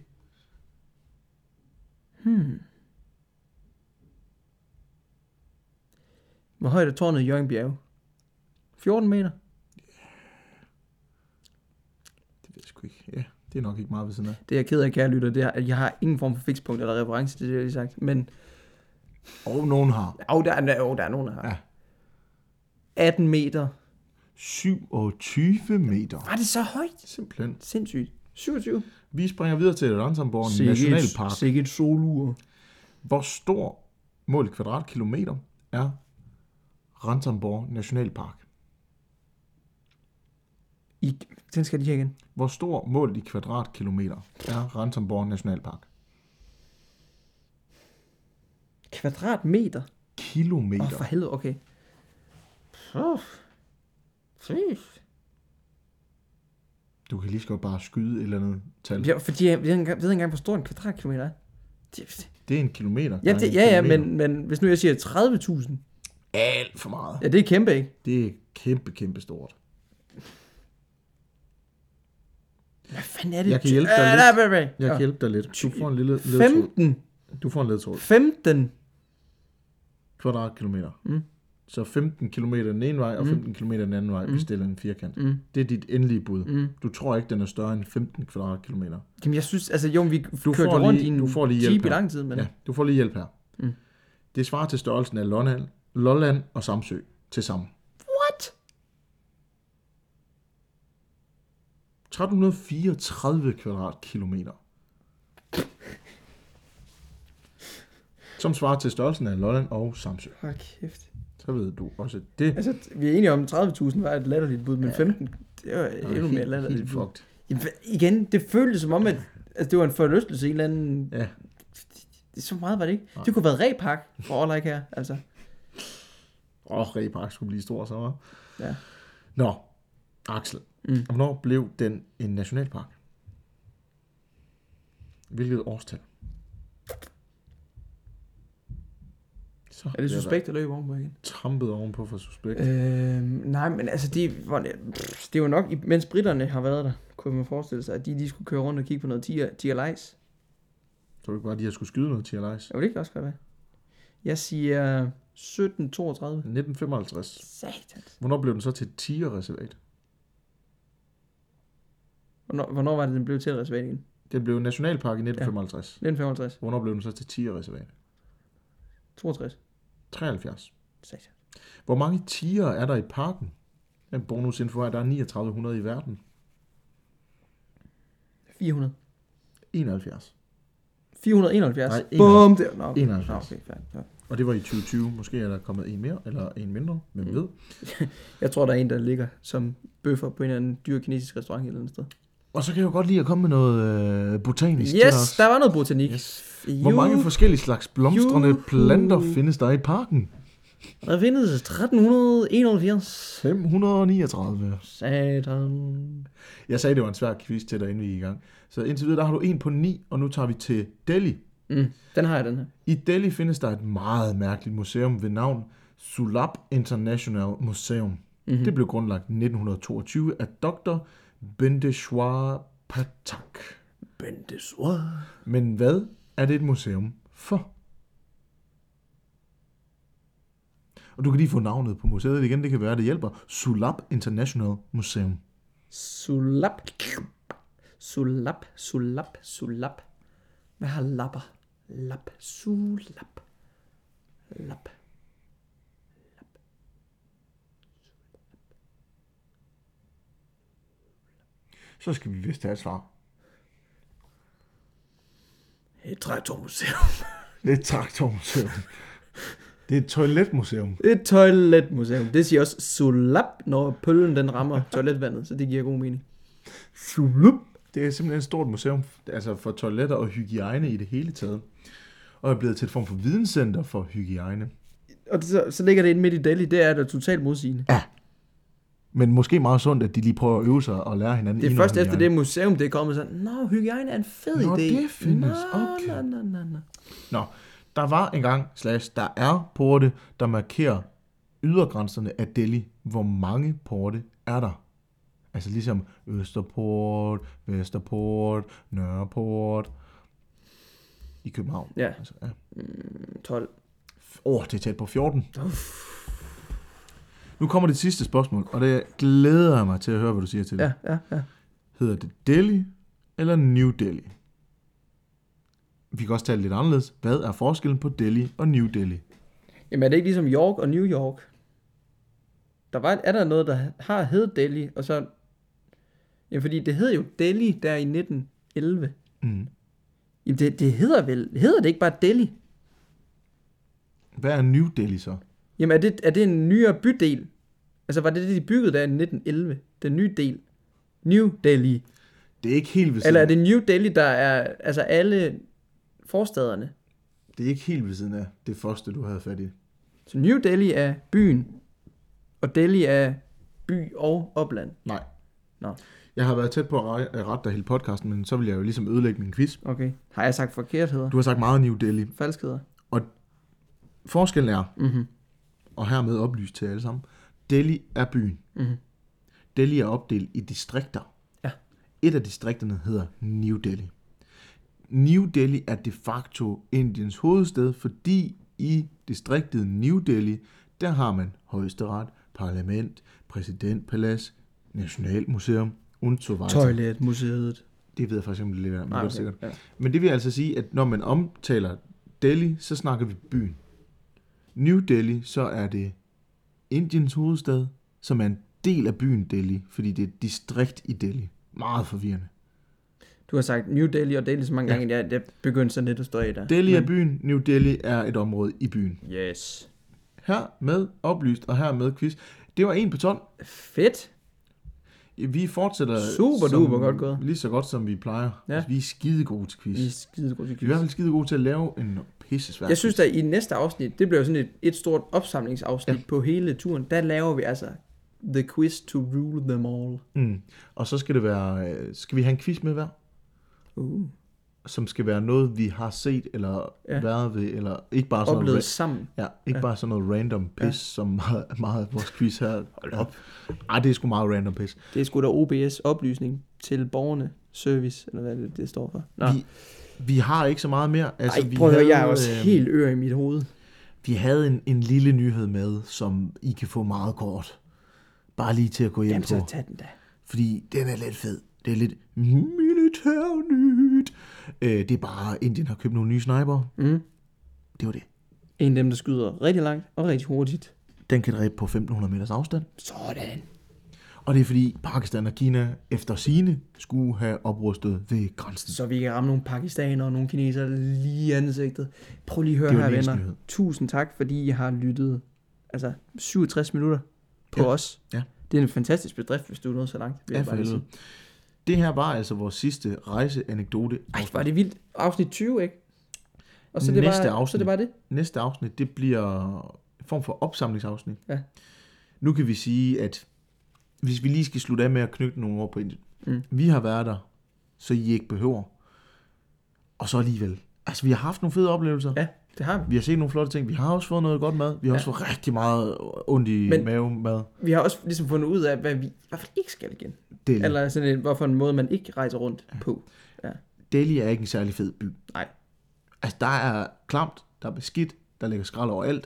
Hmm. Hvor højt er tårnet i Jørgen Bjerge? fjorten meter? Det ved jeg sgu ikke. Ja, det er nok ikke meget ved sådan af. Det er jeg ked af, kære lytter. Det er, at jeg har ingen form for fikspunkt eller reference til det, jeg har lige sagt. Men, Og nogen har. åh, der, er, åh, der er nogen, der har. Ja. atten meter. syvogtyve meter. Var det så højt? Simpelthen. Sindssygt. syvogtyve. Vi springer videre til Ranthambore Nationalpark. Sikkert soluger. Hvor stor mål kvadratkilometer er Ranthambore Nationalpark? I, den skal de her igen. Hvor stor målt i kvadratkilometer er Ranthambore Nationalpark? Kvadratmeter? Kilometer. Åh, oh, for helvede, okay. Oh. Du kan lige så godt bare skyde et eller andet tal. Ja, fordi jeg ved ikke engang, ved ikke engang hvor stor en kvadratkilometer er. Det, Det er en kilometer. ja, gange det, en ja, ja, kilometer. men, men hvis nu jeg siger tredive tusind. Alt for meget. Ja, det er kæmpe, ikke? Det er kæmpe, kæmpe stort. Hvad fanden er det? Jeg kan hjælpe dig Ah, lidt. nej, nej, nej. Jeg kan Nå. hjælpe dig lidt. Du får en lille ledtråd. femten. Du får en ledtråd. femten. Kvadratkilometer. Mm. Så femten kilometer den ene vej, og femten kilometer den anden vej, hvis det er en firkant. Mm. Det er dit endelige bud. Mm. Du tror ikke, den er større end femten kvadratkilometer. Jamen, jeg synes, altså, jo, vi Du kørte får rundt lige- i en du får lige hjælp jeep i her. lang tid, men... Ja, du får lige hjælp her. Mm. Det svarer til størrelsen af Lolland, Lolland og Samsø til sammen. What? tretten fireogtredive kvadratkilometer. Som svarer til størrelsen af Lolland og Samsø. Hold kæft. Så ved du også det. Altså, vi er enige om, tredive tusind var et latterligt bud, men Ja. femten, det var Det er endnu mere helt, latterligt helt bud. fucked. Jamen, igen, det føltes som om, at altså, det var en forlystelse, en eller anden... Ja. Det, så meget var det ikke. Nej. Det kunne have været repark for all I care, altså. Åh, oh, Repark skulle blive stor, så var. Ja. Nå, Axel. Mm. Hvornår blev den en nationalpark? Hvilket årstal? Så Er det bliver der suspekt at løbe ovenpå igen? trampet ovenpå for suspekt. Øh, nej, men altså, det var, det var nok, mens britterne har været der, kunne man forestille sig, at de lige skulle køre rundt og kigge på noget tier, tier lice. Tror du ikke bare, at de har skulle skyde noget til Alice? Jo, det kan også godt være. Jeg siger sytten toogtredive. nitten femoghalvtreds. Satans. Hvornår blev den så til et tigerreservat? Hvornår, hvornår var det, den blev til et reservat igen? Den blev nationalpark i nitten femoghalvtreds. nitten femoghalvtreds. Hvornår blev den så til tigerreservat? toogtres. treoghalvfjerds. Satans. Hvor mange tiger er der i parken? En bonusinfo er, at der er treogtredive hundrede i verden. fire hundrede. enoghalvfjerds. fire hundrede og enoghalvfjerds. Nej, Bum! Det, nå, okay. enoghalvfjerds. Nå, okay, fair. Ja. Og det var i tyve tyve. Måske er der kommet en mere, eller en mindre. Hvem Mm. ved? Jeg tror, der er en, der ligger som bøffer på en eller anden dyr kinesisk restaurant et eller andet sted. Og så kan jeg jo godt lide at komme med noget øh, botanisk til Yes, os. der var noget botanik. Yes. Hvor mange forskellige slags blomstrende Juhu. planter findes der i parken? Der findes tretten enoghalvfjerds. fem hundrede niogtredive. Satan. Jeg sagde, det var en svær quiz til dig, inden vi gik i gang. Så indtil videre, der har du en på ni, og nu tager vi til Delhi. Mm, den har jeg, den her. I Delhi findes der et meget mærkeligt museum ved navn Sulabh International Museum. Mm-hmm. Det blev grundlagt i nitten toogtyve af doktor Bindeshwar Pathak. Bendeswar. Men hvad er det et museum for? Og du kan lige få navnet på museet igen, det kan være, det hjælper. Sulabh International Museum. Sulap. Sulap. Sulap. Sulap. Hvad har lapper? Lap. Sulap. Lap. Så skal vi vist have et svar. Et traktormuseum. Det er et traktormuseum. Det er et toiletmuseum. Et toiletmuseum. Det siger også sulap, når pøllen den rammer toiletvandet, så det giver god mening. Sulabh. Det er simpelthen et stort museum, altså for toiletter og hygiejne i det hele taget. Og er blevet til et form for videnscenter for hygiejne. Og så, så ligger det inde midt i Delhi, det er da totalt modsigende. Men måske meget sundt, at de lige prøver at øve sig og lære hinanden. Det er i først noget efter hygiejne. det museum, det er kommet sådan, nå, hygiejne er en fed Nå, idé. det findes, Nå, okay. Nå, nå, nå, nå. Nå, der var engang, slash, der er porte, der markerer ydergrænserne af Delhi. Hvor mange porte er der? Altså ligesom Østerport, Vesterport, Nørreport i København. Ja, Altså, ja. mm, tolv. Åh, oh, det er tæt på fjorten. Nu kommer det sidste spørgsmål, og det glæder jeg mig til at høre, hvad du siger til det. Ja, ja, ja. Hedder det Delhi eller New Delhi? Vi kan også tale lidt anderledes. Hvad er forskellen på Delhi og New Delhi? Jamen er det ikke ligesom York og New York? Der var, er der noget, der har heddet Delhi, og så... Ja, fordi det hed jo Delhi der i nitten elleve. Mm. Jamen det, det hedder vel... Hedder det ikke bare Delhi? Hvad er New Delhi så? Jamen er det, er det en nyere bydel? Altså var det det, de byggede der i nitten elleve? Den nye del? New Delhi. Det er ikke helt ved siden Eller er det New Delhi, der er altså alle forstaderne? Det er ikke helt ved siden af det første, du havde fat i. Så New Delhi er byen, og Delhi er by og opland. Nej. Nå. Jeg har været tæt på at rette dig hele podcasten, men så vil jeg jo ligesom ødelægge min quiz. Okay. Har jeg sagt forkertheder? Du har sagt meget New Delhi. Falskheder? Og forskellen er, Mhm. og hermed oplyst til alle sammen, Delhi er byen. Mhm. Delhi er opdelt i distrikter. Ja. Et af distrikterne hedder New Delhi. New Delhi er de facto Indiens hovedstad, fordi i distriktet New Delhi, der har man højesteret, parlament, præsidentpalads, nationalmuseum und so weiter. Toiletmuseet. Det ved jeg faktisk ikke, lidt af, men Nej, det er okay. sikkert. Ja. Men det vil altså sige, at når man omtaler Delhi, så snakker vi byen. New Delhi, så er det Indiens hovedstad, som er en del af byen Delhi, fordi det er et distrikt i Delhi. Meget forvirrende. Du har sagt New Delhi og Delhi så mange Ja. gange, at jeg, jeg begyndte sådan lidt at stå i der. Delhi er byen, New Delhi er et område i byen. Yes. Her med oplyst og her med quiz. Det var en på ton. Fedt. Vi fortsætter Super som, duper godt gået. lige så godt, som vi plejer. Ja. Altså, vi er skide gode til quiz. Vi er skide gode til Vi er i hvert quiz. fald skide gode til at lave en pisse svær Jeg synes, at i næste afsnit, det bliver jo sådan et, et stort opsamlingsafsnit Ja. på hele turen. Der laver vi altså the quiz to rule them all. Mm. Og så skal det være, øh, skal vi have en quiz med hver? Uh. Som skal være noget, vi har set, eller Ja. ja. været ved, eller ikke bare sådan Oplevet noget, sammen. ja, ikke Ja. bare sådan noget random pis, Ja. ja. som meget, meget af vores quiz her. Hold op. Ej, det er sgu meget random pis. Det er sgu da O B S oplysning til borgerne service, eller hvad det, det står for. Nå. Vi, vi har ikke så meget mere. Altså, Ej, vi prøv at høre, havde, jeg er også øh, helt ør i mit hoved. Vi havde en, en lille nyhed med, som I kan få meget kort. Bare lige til at gå hjem Jamen, på. så tag den da. Fordi den er lidt fed. Det er lidt militærnyt. Øh, det er bare, Indien har købt nogle nye sniper. Mm. Det var det. En af dem, der skyder rigtig langt og rigtig hurtigt. Den kan dræbe på femten hundrede meters afstand. Sådan. Og det er fordi Pakistan og Kina efter sigende skulle have oprustet ved grænsen. Så vi kan ramme nogle pakistanere og nogle kinesere lige i ansigtet. Prøv lige at høre Det var her, den eneste venner. nyhed. Tusind tak, fordi I har lyttet altså syvogtres minutter på Ja. os. Ja. Det er en fantastisk bedrift, hvis du er nået så langt. vil Ja, jeg for bare lige helvede. sige. Det her var altså vores sidste rejseanekdote. Ej, var det vildt. Afsnit tyve, ikke? Og så er det Næste bare, afsnit. Så er det bare det. Næste afsnit, det bliver en form for opsamlingsafsnit. Ja. Nu kan vi sige, at hvis vi lige skal slutte af med at knytte nogle ord på Indien. Mm. Vi har været der, så I ikke behøver. Og så alligevel. Altså, vi har haft nogle fede oplevelser. Ja, det har vi. Vi har set nogle flotte ting. Vi har også fået noget godt mad. Vi har Ja. også fået rigtig meget ondt i Men- maven mad. Vi har også ligesom fundet ud af, hvad vi i hvert fald ikke skal igen. Delhi. Eller sådan en, hvorfor en måde, man ikke rejser rundt på. Delhi er ikke en særlig fed by. Nej. Altså, der er klamt, der er beskidt, der ligger skrald overalt.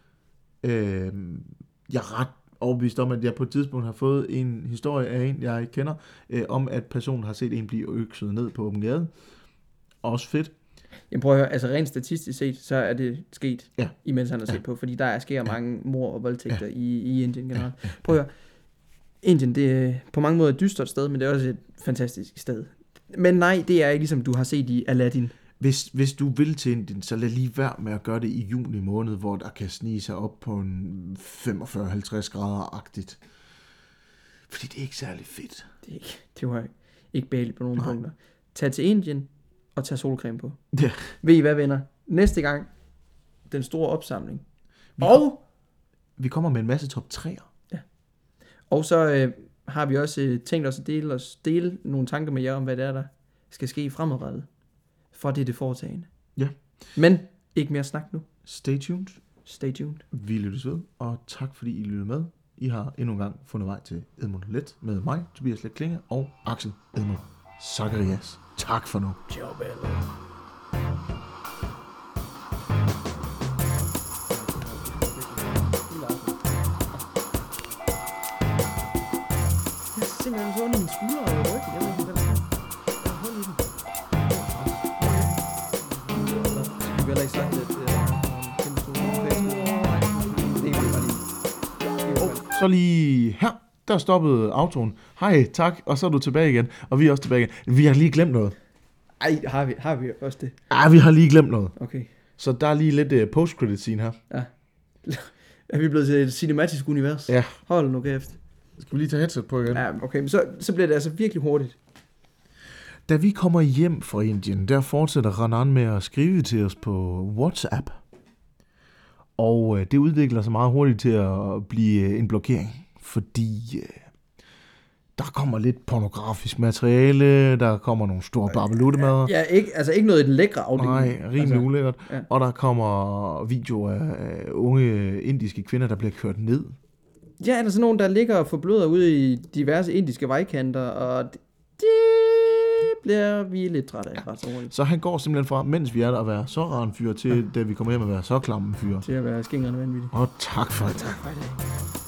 Øh, jeg er ret overbevist om, at jeg på et tidspunkt har fået en historie af en, jeg ikke kender, øh, om at personen har set en blive økset ned på åben gade. Også fedt. Jeg prøver at høre, altså rent statistisk set, så er det sket, Ja. imens han har set Ja. på, fordi der sker mange mord og voldtægter Ja. i, i Indien generelt. Prøv at høre, Indien, det er på mange måder et dystert sted, men det er også et fantastisk sted. Men nej, det er ikke ligesom du har set i Aladdin. Hvis, hvis du vil til Indien, så lad lige være med at gøre det i juni måned, hvor der kan snige sig op på en femogfyrre til halvtreds grader-agtigt. Fordi det er ikke særlig fedt. Det, er ikke, det var ikke behageligt på nogen Nej. punkter. Tag til Indien og tag solcreme på. Ja. Ved I hvad, venner? Næste gang, den store opsamling. Vi, Og, vi kommer med en masse top treer. og så øh, har vi også øh, tænkt os at dele, os, dele nogle tanker med jer om, hvad det er, der skal ske fremadrettet. For det er det foretagende. Ja. Men ikke mere snak nu. Stay tuned. Stay tuned. Vi lyttes ved, og tak fordi I lyttede med. I har endnu en gang fundet vej til Edmund Let med mig, Tobias Let Klinge og Axel Edmund Zacharias. Tak for nu. Ciao, bello. Jeg har simpelthen så ondt i mine skuldre og ryggen. Jeg ved ikke, hvad der er. Jeg har hold i den. Så kan vi heller ikke sagt, at øh, der er en kæmpe stor vægtskuldre. Nej, det er bare lige. Det er jo bare- Så lige her, der stoppede autoen. Hej, tak, og så er du tilbage igen. Og vi er også tilbage igen. Vi har lige glemt noget. Ej, har vi, har vi også det? Ah, vi har lige glemt noget. Okay. Så der er lige lidt uh, post-credit scene her. Ja. Er vi blevet til et cinematisk univers? Ja. Hold nu kæft. Skal vi lige tage headset på igen? Ja, okay, men så, så bliver det altså virkelig hurtigt. Da vi kommer hjem fra Indien, der fortsætter Ranan med at skrive til os på WhatsApp. Og øh, det udvikler sig meget hurtigt til at blive øh, en blokering, fordi øh, der kommer lidt pornografisk materiale, der kommer nogle store babaluttemad. Ja, ikke, altså ikke noget i den lækre afdeling. Nej, rimelig altså, ulækkert. ja. Og der kommer videoer af unge indiske kvinder, der bliver kørt ned. Ja, eller sådan nogen, der ligger og forbløder ude i diverse indiske vejkanter, og det, det bliver vi lidt trætte af ret så hurtigt. Så han går simpelthen fra, mens vi er der, at være så rar en fyr, til ja. da vi kommer hjem at være så klam en fyr. Til at være skingerne vanvittigt. Og tak for det. Tak for det.